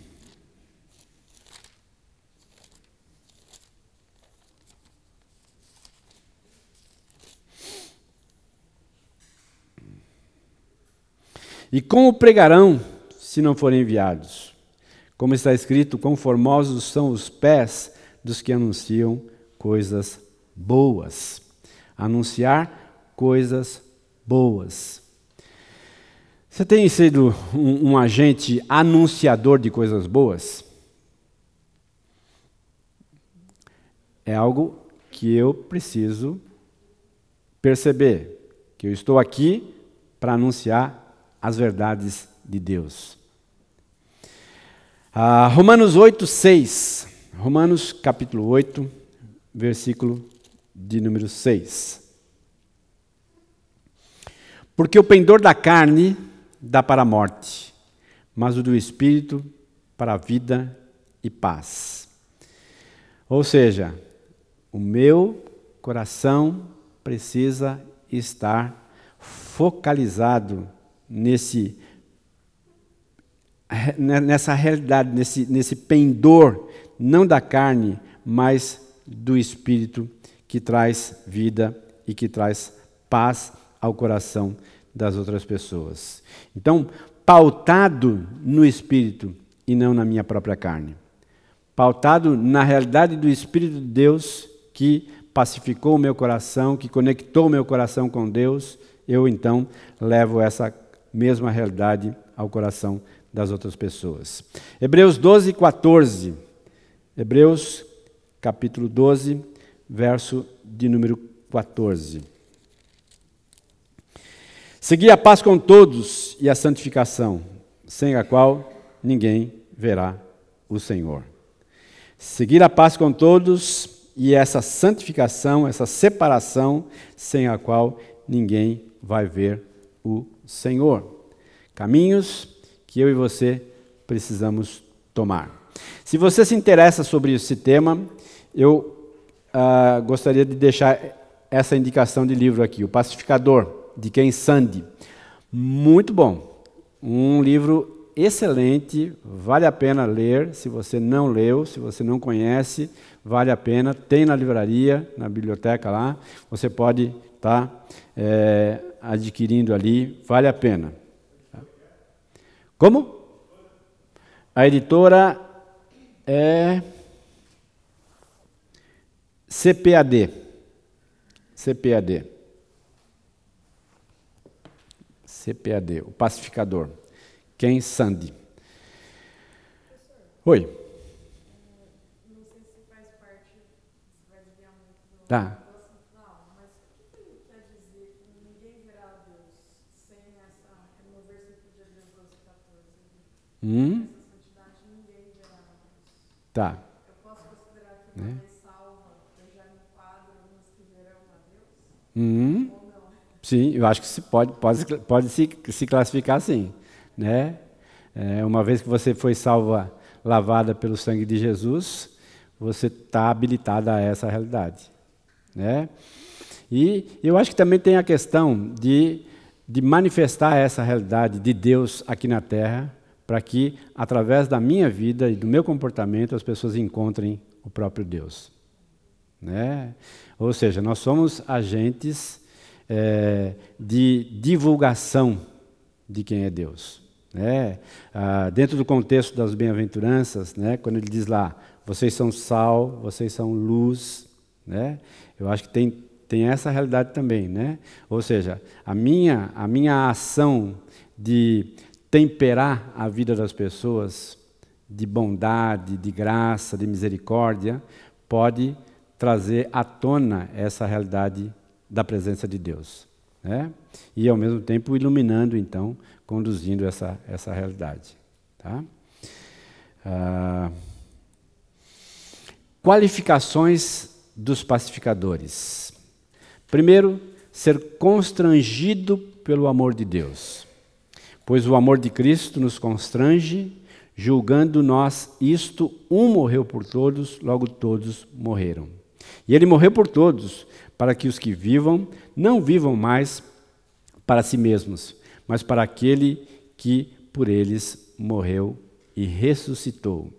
E como pregarão se não forem enviados? Como está escrito, quão formosos são os pés dos que anunciam coisas boas. Anunciar coisas boas. Você tem sido um agente anunciador de coisas boas? É algo que eu preciso perceber, que eu estou aqui para anunciar as verdades de Deus. Romanos 8, 6. Romanos capítulo 8, versículo de número 6. Porque o pendor da carne dá para a morte, mas o do Espírito para a vida e paz. Ou seja, o meu coração precisa estar focalizado nessa realidade, nesse pendor, não da carne, mas do Espírito, que traz vida e que traz paz ao coração das outras pessoas. Então, pautado no Espírito e não na minha própria carne. Pautado na realidade do Espírito de Deus, que pacificou o meu coração, que conectou o meu coração com Deus, eu então levo essa mesma realidade ao coração das outras pessoas. Hebreus 12, 14. Hebreus, capítulo 12, verso de número 14. Segui a paz com todos e a santificação, sem a qual ninguém verá o Senhor. Seguir a paz com todos e essa santificação, essa separação, sem a qual ninguém vai ver o Senhor. Caminhos que eu e você precisamos tomar. Se você se interessa sobre esse tema, eu gostaria de deixar essa indicação de livro aqui, O Pacificador, de Ken Sande. Muito bom. Um livro excelente, vale a pena ler. Se você não leu, se você não conhece, vale a pena. Tem na livraria, na biblioteca lá. Você pode estar adquirindo ali, vale a pena. Como? A editora é CPAD. CPAD, O Pacificador. Ken Sande. Oi. Não sei se faz parte, se vai desviar muito do Tá. não, mas o que ele quer dizer que ninguém verá a Deus sem no versículo de Hebreus 12, 14? Essa santidade ninguém verá a Deus. Tá. Eu posso considerar que uma vez salva, eu já me enquadro nos que verão a Deus? Ou não? Sim, eu acho que pode se classificar assim, né? Uma vez que você foi salva, lavada pelo sangue de Jesus, você está habilitada a essa realidade, né? E eu acho que também tem a questão de manifestar essa realidade de Deus aqui na Terra, para que, através da minha vida e do meu comportamento, as pessoas encontrem o próprio Deus, né? Ou seja, nós somos agentes de divulgação de quem é Deus, né? Dentro do contexto das bem-aventuranças, né, quando ele diz lá, vocês são sal, vocês são luz, né? Eu acho que tem essa realidade também, né? Ou seja, a minha ação de temperar a vida das pessoas, de bondade, de graça, de misericórdia, pode trazer à tona essa realidade da presença de Deus, né? E ao mesmo tempo iluminando, então, conduzindo essa realidade, tá? Qualificações dos pacificadores. Primeiro, ser constrangido pelo amor de Deus, pois o amor de Cristo nos constrange, julgando nós isto, um morreu por todos, logo todos morreram. E ele morreu por todos, para que os que vivam, não vivam mais para si mesmos, mas para aquele que por eles morreu e ressuscitou.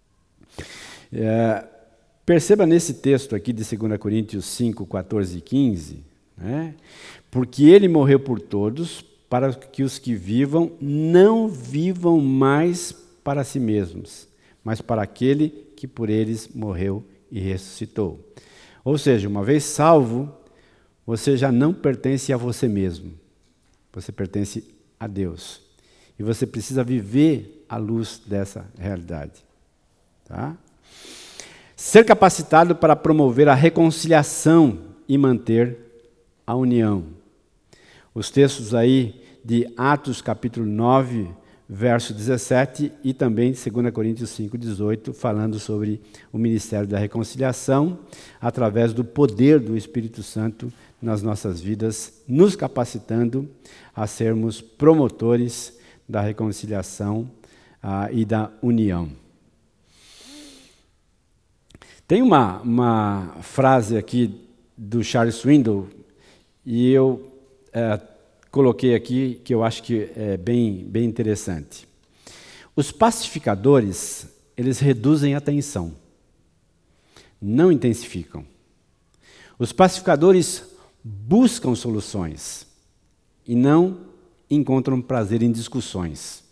Perceba nesse texto aqui de 2 Coríntios 5, 14 e 15, né? Porque ele morreu por todos, para que os que vivam, não vivam mais para si mesmos, mas para aquele que por eles morreu e ressuscitou. Ou seja, uma vez salvo, você já não pertence a você mesmo. Você pertence a Deus. E você precisa viver à luz dessa realidade. Tá? Ser capacitado para promover a reconciliação e manter a união. Os textos aí de Atos capítulo 9, verso 17, e também 2 Coríntios 5, 18, falando sobre o ministério da reconciliação, através do poder do Espírito Santo nas nossas vidas, nos capacitando a sermos promotores da reconciliação e da união. Tem uma frase aqui do Charles Swindoll, e eu coloquei aqui, que eu acho que é bem interessante. Os pacificadores, eles reduzem a tensão, não intensificam. Os pacificadores buscam soluções e não encontram prazer em discussões.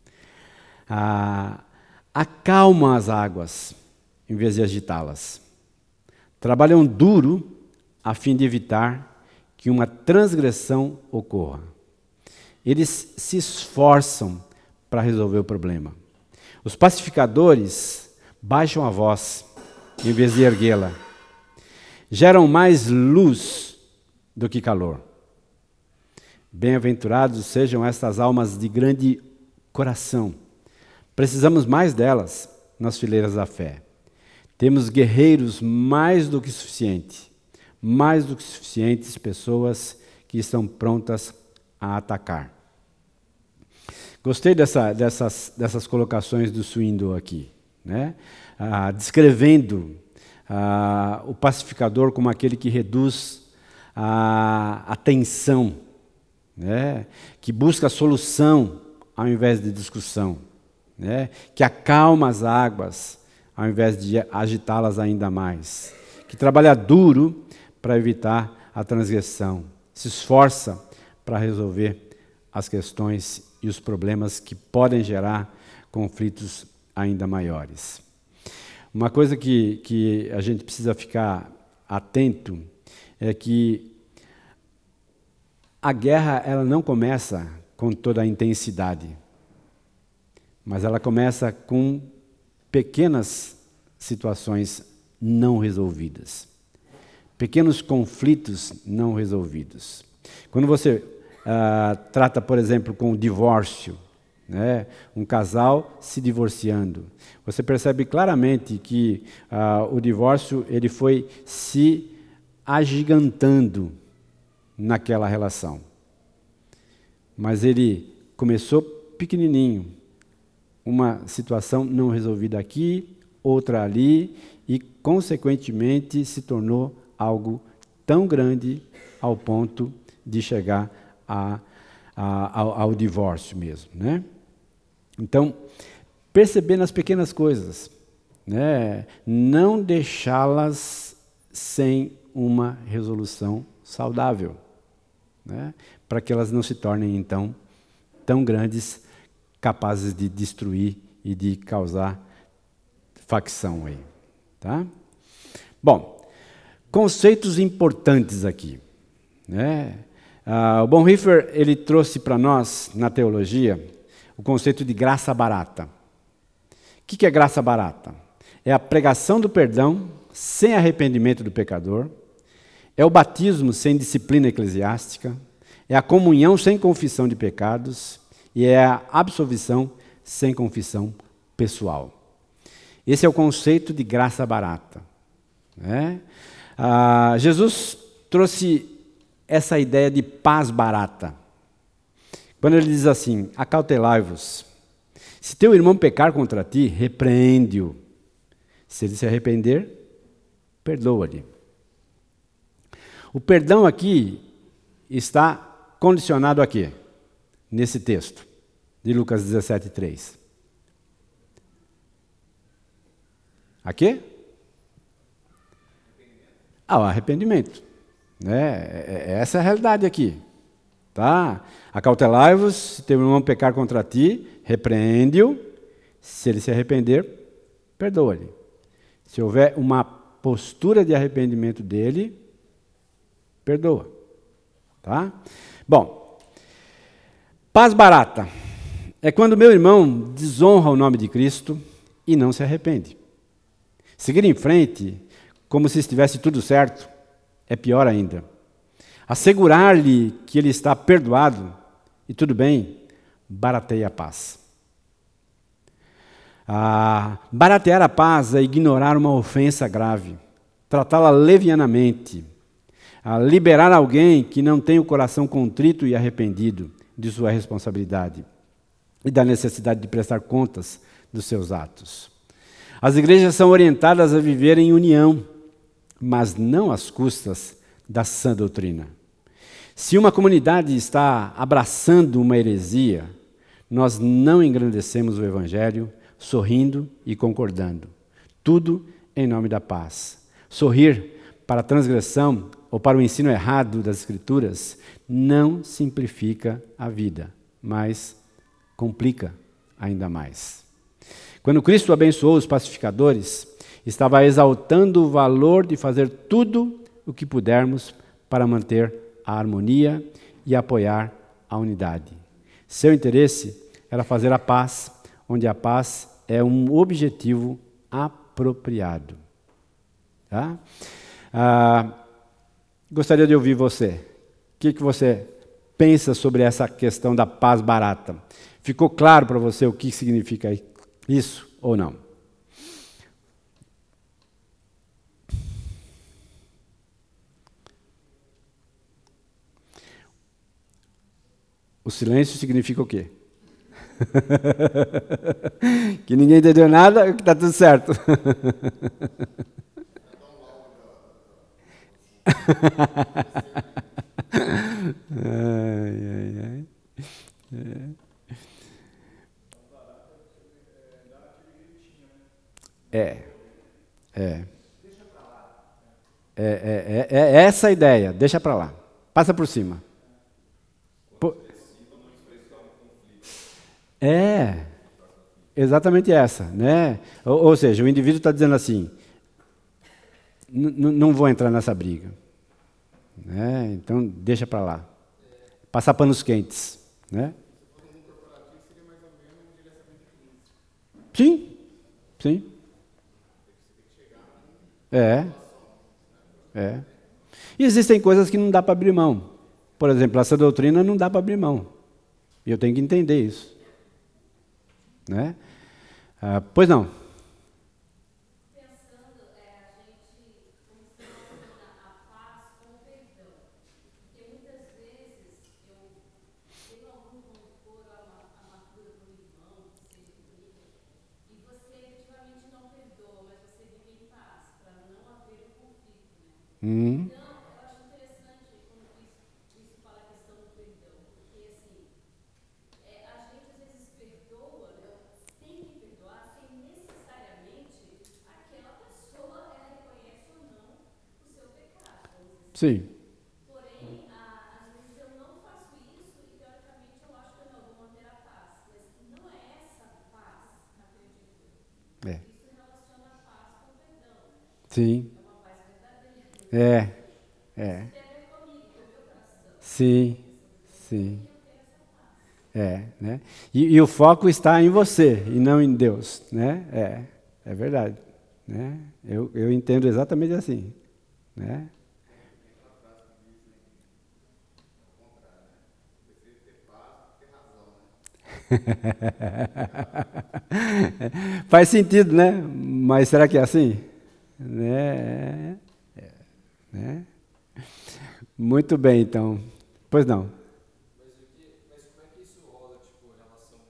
Acalmam as águas em vez de agitá-las. Trabalham duro a fim de evitar que uma transgressão ocorra. Eles se esforçam para resolver o problema. Os pacificadores baixam a voz em vez de erguê-la. Geram mais luz do que calor. Bem-aventurados sejam estas almas de grande coração. Precisamos mais delas nas fileiras da fé. Temos guerreiros mais do que suficientes pessoas que estão prontas a atacar. Gostei dessas colocações do Swindoll aqui, né? Descrevendo o pacificador como aquele que reduz a tensão, né? Que busca a solução ao invés de discussão, né? Que acalma as águas ao invés de agitá-las ainda mais, que trabalha duro para evitar a transgressão, se esforça para resolver as questões e os problemas que podem gerar conflitos ainda maiores. Uma coisa que a gente precisa ficar atento é que a guerra ela não começa com toda a intensidade, mas ela começa com pequenas situações não resolvidas, pequenos conflitos não resolvidos. Quando você trata, por exemplo, com o divórcio, né, um casal se divorciando, você percebe claramente que o divórcio ele foi se agigantando naquela relação. Mas ele começou pequenininho, uma situação não resolvida aqui, outra ali, e, consequentemente, se tornou algo tão grande ao ponto de chegar ao divórcio mesmo, né? Então, perceber nas pequenas coisas, né? Não deixá-las sem uma resolução saudável, né? Para que elas não se tornem, então, tão grandes, capazes de destruir e de causar facção aí, tá? Bom, conceitos importantes aqui, né? O Bonhoeffer, ele trouxe para nós, na teologia, o conceito de graça barata. O que é graça barata? É a pregação do perdão sem arrependimento do pecador, é o batismo sem disciplina eclesiástica, é a comunhão sem confissão de pecados e é a absolvição sem confissão pessoal. Esse é o conceito de graça barata, né? Jesus trouxe essa ideia de paz barata. Quando ele diz assim, acautelai-vos. Se teu irmão pecar contra ti, repreende-o. Se ele se arrepender, perdoa-lhe. O perdão aqui está condicionado a quê? Nesse texto, de Lucas 17:3. A quê? O arrependimento. Né? Essa é a realidade aqui. Tá? Acautelai-vos, se teu irmão pecar contra ti, repreende-o. Se ele se arrepender, perdoa-lhe. Se houver uma postura de arrependimento dele, perdoa. Tá? Bom, paz barata é quando meu irmão desonra o nome de Cristo e não se arrepende. Seguir em frente como se estivesse tudo certo é pior ainda. Assegurar-lhe que ele está perdoado e tudo bem, barateia a paz. Baratear a paz é ignorar uma ofensa grave, tratá-la levianamente, a liberar alguém que não tem o coração contrito e arrependido de sua responsabilidade e da necessidade de prestar contas dos seus atos. As igrejas são orientadas a viver em união, mas não às custas da sã doutrina. Se uma comunidade está abraçando uma heresia, nós não engrandecemos o Evangelho sorrindo e concordando. Tudo em nome da paz. Sorrir para a transgressão ou para o ensino errado das Escrituras não simplifica a vida, mas complica ainda mais. Quando Cristo abençoou os pacificadores, estava exaltando o valor de fazer tudo o que pudermos para manter a harmonia e apoiar a unidade. Seu interesse era fazer a paz, onde a paz é um objetivo apropriado. Tá? Gostaria de ouvir você. O que você pensa sobre essa questão da paz barata? Ficou claro para você o que significa isso ou não? O silêncio significa o quê? Que ninguém entendeu nada, que está tudo certo. É essa a ideia, deixa para lá, passa por cima. Exatamente essa, né? Ou seja, o indivíduo está dizendo assim, não vou entrar nessa briga, né? Então deixa para lá, passar panos quentes, né? Sim. E existem coisas que não dá para abrir mão. Por exemplo, essa doutrina não dá para abrir mão. E eu tenho que entender isso. Né? Pois não. Pensando, a gente funciona a paz com o perdão. Porque muitas vezes eu tenho algum rancor, amargura por irmão, que seja comigo, e você efetivamente não perdoa, mas você vive em paz, para não haver um conflito. Né? Então, eu acho interessante quando isso fala a questão do perdão, porque assim, a gente às vezes perdoa, né? Tem que perdoar sem necessariamente aquela pessoa reconhece ou não o seu pecado. Sim. Porém, às vezes eu não faço isso e teoricamente eu acho que eu não vou manter a paz. Mas não é essa paz, acredito. Isso relaciona a paz com o perdão. Sim. É uma paz verdadeira. Tem a ver comigo, com o meu coração. Sim. Né? E o foco está em você e não em Deus, né? É verdade, né? Eu entendo exatamente assim, né? Faz sentido, né? Mas será que é assim? Né? Né? Muito bem, então. Pois não. Mas como é que isso rola, tipo, em relação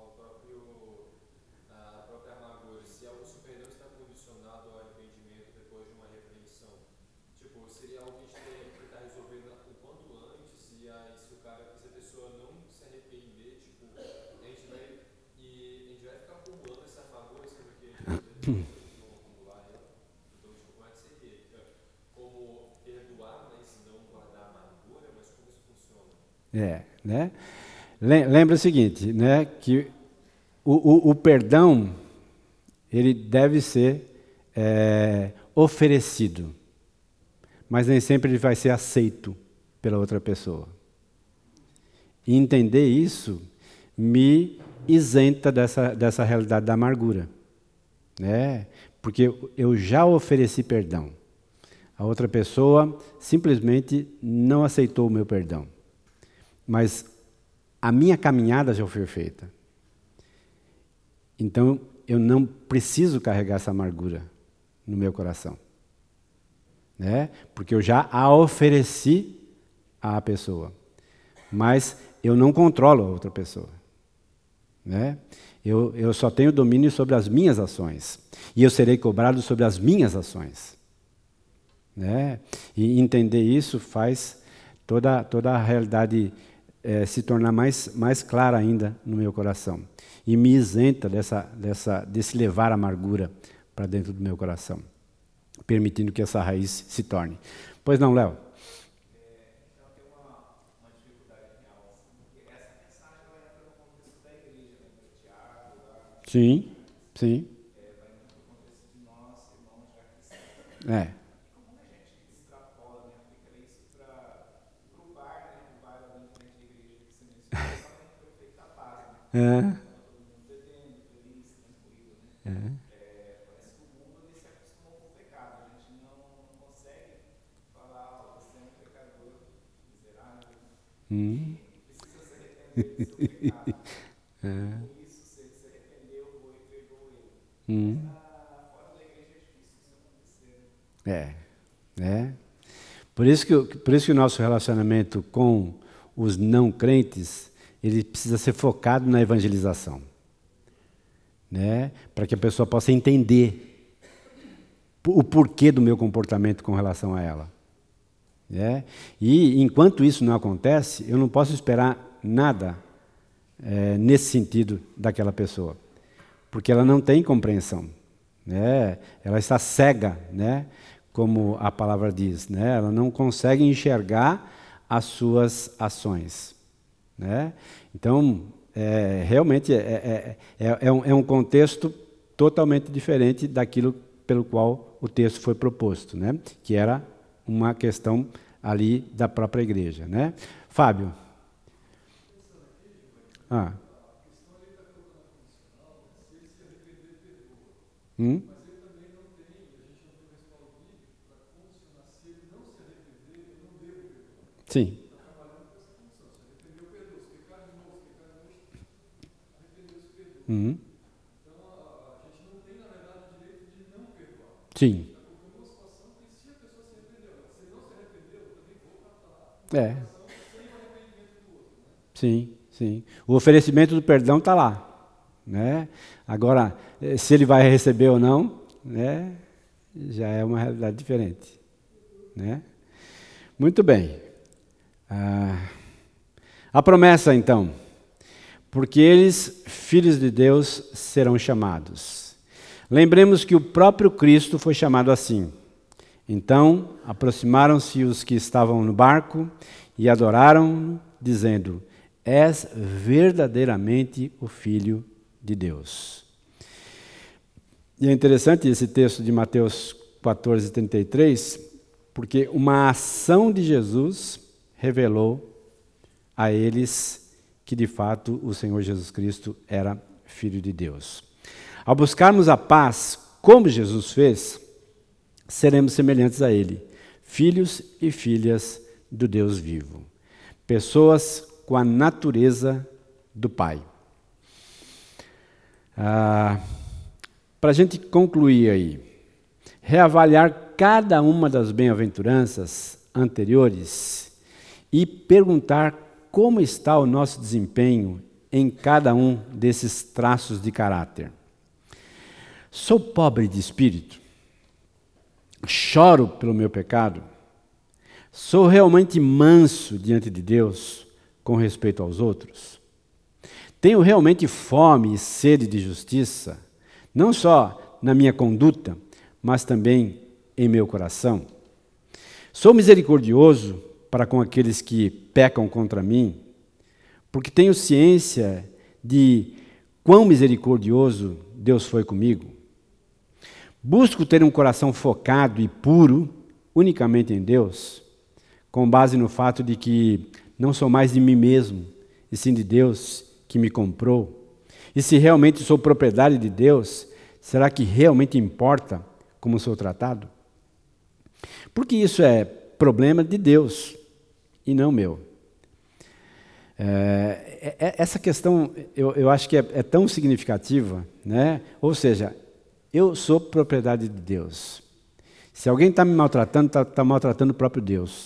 à própria amargura? Se o perdão está condicionado ao arrependimento depois de uma repreensão, tipo, seria algo que a gente teria que tentar resolver o quanto antes, se a pessoa não se arrepender, tipo, a gente vai ficar acumulando essa amargura, sendo que a gente não acumular ela. Então, tipo, como é que seria? Como perdoar, mas não guardar amargura, mas como isso funciona? Né? Lembra o seguinte, né, que o perdão, ele deve ser oferecido, mas nem sempre ele vai ser aceito pela outra pessoa. E entender isso me isenta dessa realidade da amargura, né? Porque eu já ofereci perdão. A outra pessoa simplesmente não aceitou o meu perdão. Mas a minha caminhada já foi feita. Então, eu não preciso carregar essa amargura no meu coração. né? Porque eu já a ofereci à pessoa, mas eu não controlo a outra pessoa, né? Eu só tenho domínio sobre as minhas ações, e eu serei cobrado sobre as minhas ações, né? E entender isso faz toda a realidade se tornar mais clara ainda no meu coração, e me isenta desse levar amargura para dentro do meu coração, permitindo que essa raiz se torne. Pois não, Léo? Então tem uma dificuldade real, assim, porque essa mensagem ela entra no contexto da igreja, né? Do Tiago, lá, Sim, sim. vai entrar no contexto de nós, irmãos já cristãos. É. Como que a gente extrapola, né? Aplica isso para o bar, né? O bar ali em frente à igreja que você mencionou, realmente foi feito a paz, né? É. Todo mundo bebendo, feliz, tranquilo, né? É. Parece que o mundo ele se acostumou com o pecado. A gente não consegue falar, ó, você é um pecador miserável, precisa se arrepender do seu pecado. Por isso, se arrependeu, foi e perdoou ele. Mas fora da igreja é difícil isso acontecer. É. Por isso que o nosso relacionamento com os não crentes, ele precisa ser focado na evangelização, né? Para que a pessoa possa entender o porquê do meu comportamento com relação a ela, né? E enquanto isso não acontece, eu não posso esperar nada nesse sentido daquela pessoa, porque ela não tem compreensão, né? Ela está cega, né? Como a palavra diz, né? Ela não consegue enxergar as suas ações, né? Então, realmente é um contexto totalmente diferente daquilo pelo qual o texto foi proposto, né? Que era uma questão ali da própria igreja, né? Fábio? Sim. Sim. Sim, sim. O oferecimento do perdão está lá, né? Agora, se ele vai receber ou não, né? Já é uma realidade diferente, né? Muito bem. A promessa, então, porque eles, filhos de Deus, serão chamados. Lembremos que o próprio Cristo foi chamado assim. Então, aproximaram-se os que estavam no barco e adoraram, dizendo: És verdadeiramente o Filho de Deus. E é interessante esse texto de Mateus 14:33, porque uma ação de Jesus revelou a eles que de fato o Senhor Jesus Cristo era Filho de Deus. Ao buscarmos a paz, como Jesus fez, seremos semelhantes a Ele, filhos e filhas do Deus vivo, pessoas com a natureza do Pai. Para a gente concluir aí, reavaliar cada uma das bem-aventuranças anteriores e perguntar como está o nosso desempenho em cada um desses traços de caráter. Sou pobre de espírito? Choro pelo meu pecado? Sou realmente manso diante de Deus com respeito aos outros? Tenho realmente fome e sede de justiça, não só na minha conduta, mas também em meu coração? Sou misericordioso para com aqueles que pecam contra mim, porque tenho ciência de quão misericordioso Deus foi comigo? Busco ter um coração focado e puro unicamente em Deus, com base no fato de que não sou mais de mim mesmo, e sim de Deus que me comprou. E se realmente sou propriedade de Deus, será que realmente importa como sou tratado? Porque isso é problema de Deus e não meu. Essa questão eu acho que é tão significativa, né? Ou seja, eu sou propriedade de Deus. Se alguém está me maltratando, está maltratando o próprio Deus.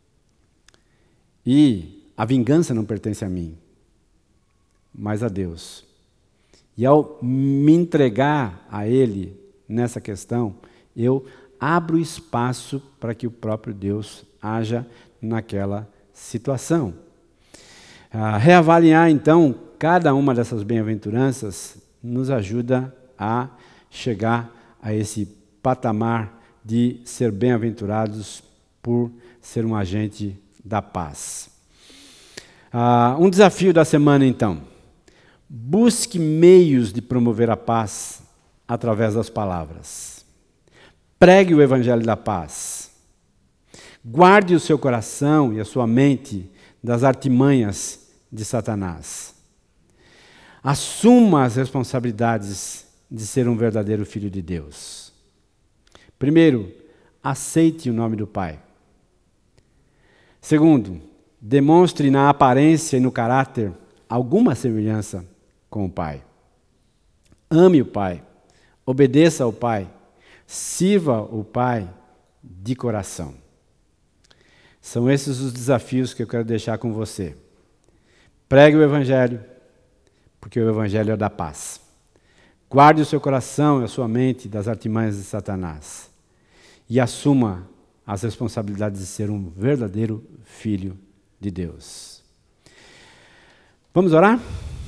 E a vingança não pertence a mim, mas a Deus. E ao me entregar a Ele nessa questão, eu abro espaço para que o próprio Deus haja naquela situação. Reavaliar, então, cada uma dessas bem-aventuranças nos ajuda a chegar a esse patamar de ser bem-aventurados por ser um agente da paz. Um desafio da semana, então. Busque meios de promover a paz através das palavras. Pregue o evangelho da paz. Guarde o seu coração e a sua mente das artimanhas de Satanás. Assuma as responsabilidades de ser um verdadeiro filho de Deus. Primeiro, aceite o nome do Pai. Segundo, demonstre na aparência e no caráter alguma semelhança com o Pai. Ame o Pai, obedeça ao Pai, sirva o Pai de coração. São esses os desafios que eu quero deixar com você. Pregue o Evangelho, porque o Evangelho é da paz. Guarde o seu coração e a sua mente das artimanhas de Satanás. E assuma as responsabilidades de ser um verdadeiro filho de Deus. Vamos orar?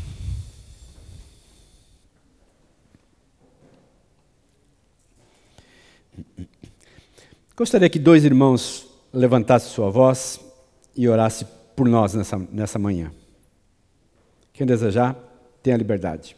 Gostaria que 2 irmãos levantassem sua voz e orassem por nós nessa manhã. Quem desejar, tenha liberdade.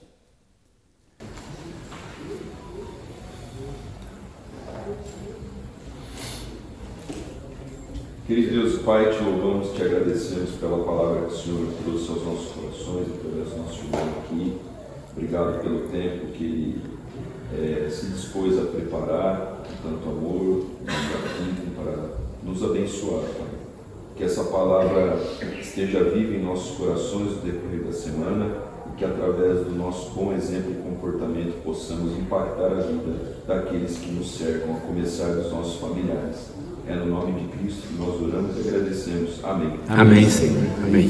Querido Deus e Pai, te louvamos, te agradecemos pela palavra que o Senhor trouxe aos nossos corações, através do nosso irmão aqui. Obrigado pelo tempo que ele se dispôs a preparar, com tanto amor, para nos abençoar, Pai. Que essa palavra esteja viva em nossos corações no decorrer da semana e que através do nosso bom exemplo e comportamento possamos impactar a vida daqueles que nos cercam, a começar dos nossos familiares. É no nome de Cristo que nós oramos e agradecemos. Amém. Amém, Senhor. Amém.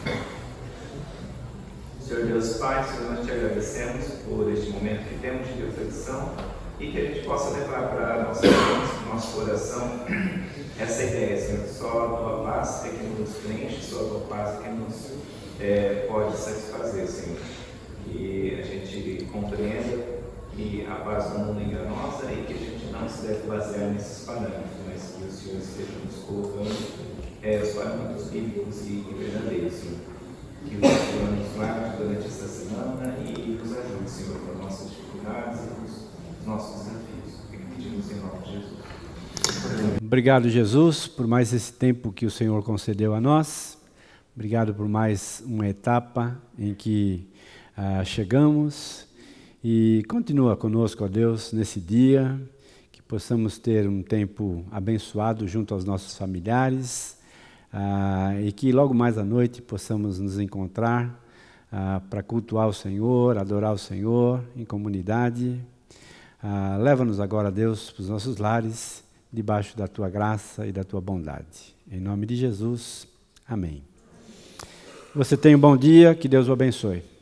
Senhor Deus Pai, Senhor, nós te agradecemos por este momento que temos de reflexão e que a gente possa levar para nosso coração essa ideia, Senhor, só a tua paz é que nos preenche, só a tua paz é que nos pode satisfazer, Senhor. Que a gente compreenda que a paz do mundo é enganosa e que a gente não se deve basear nesses parâmetros, mas que o Senhor esteja nos colocando os parâmetros bíblicos e verdadeiros, Senhor. Que o Senhor nos guarde durante esta semana e nos ajude, Senhor, com as nossas dificuldades e com os nossos desafios. E pedimos em nome de Jesus. Obrigado, Jesus, por mais esse tempo que o Senhor concedeu a nós. Obrigado por mais uma etapa em que chegamos. E continua conosco, ó Deus, nesse dia, que possamos ter um tempo abençoado junto aos nossos familiares e que logo mais à noite possamos nos encontrar para cultuar o Senhor, adorar o Senhor em comunidade. Leva-nos agora, Deus, para os nossos lares, debaixo da Tua graça e da Tua bondade. Em nome de Jesus, amém. Você tenha um bom dia, que Deus o abençoe.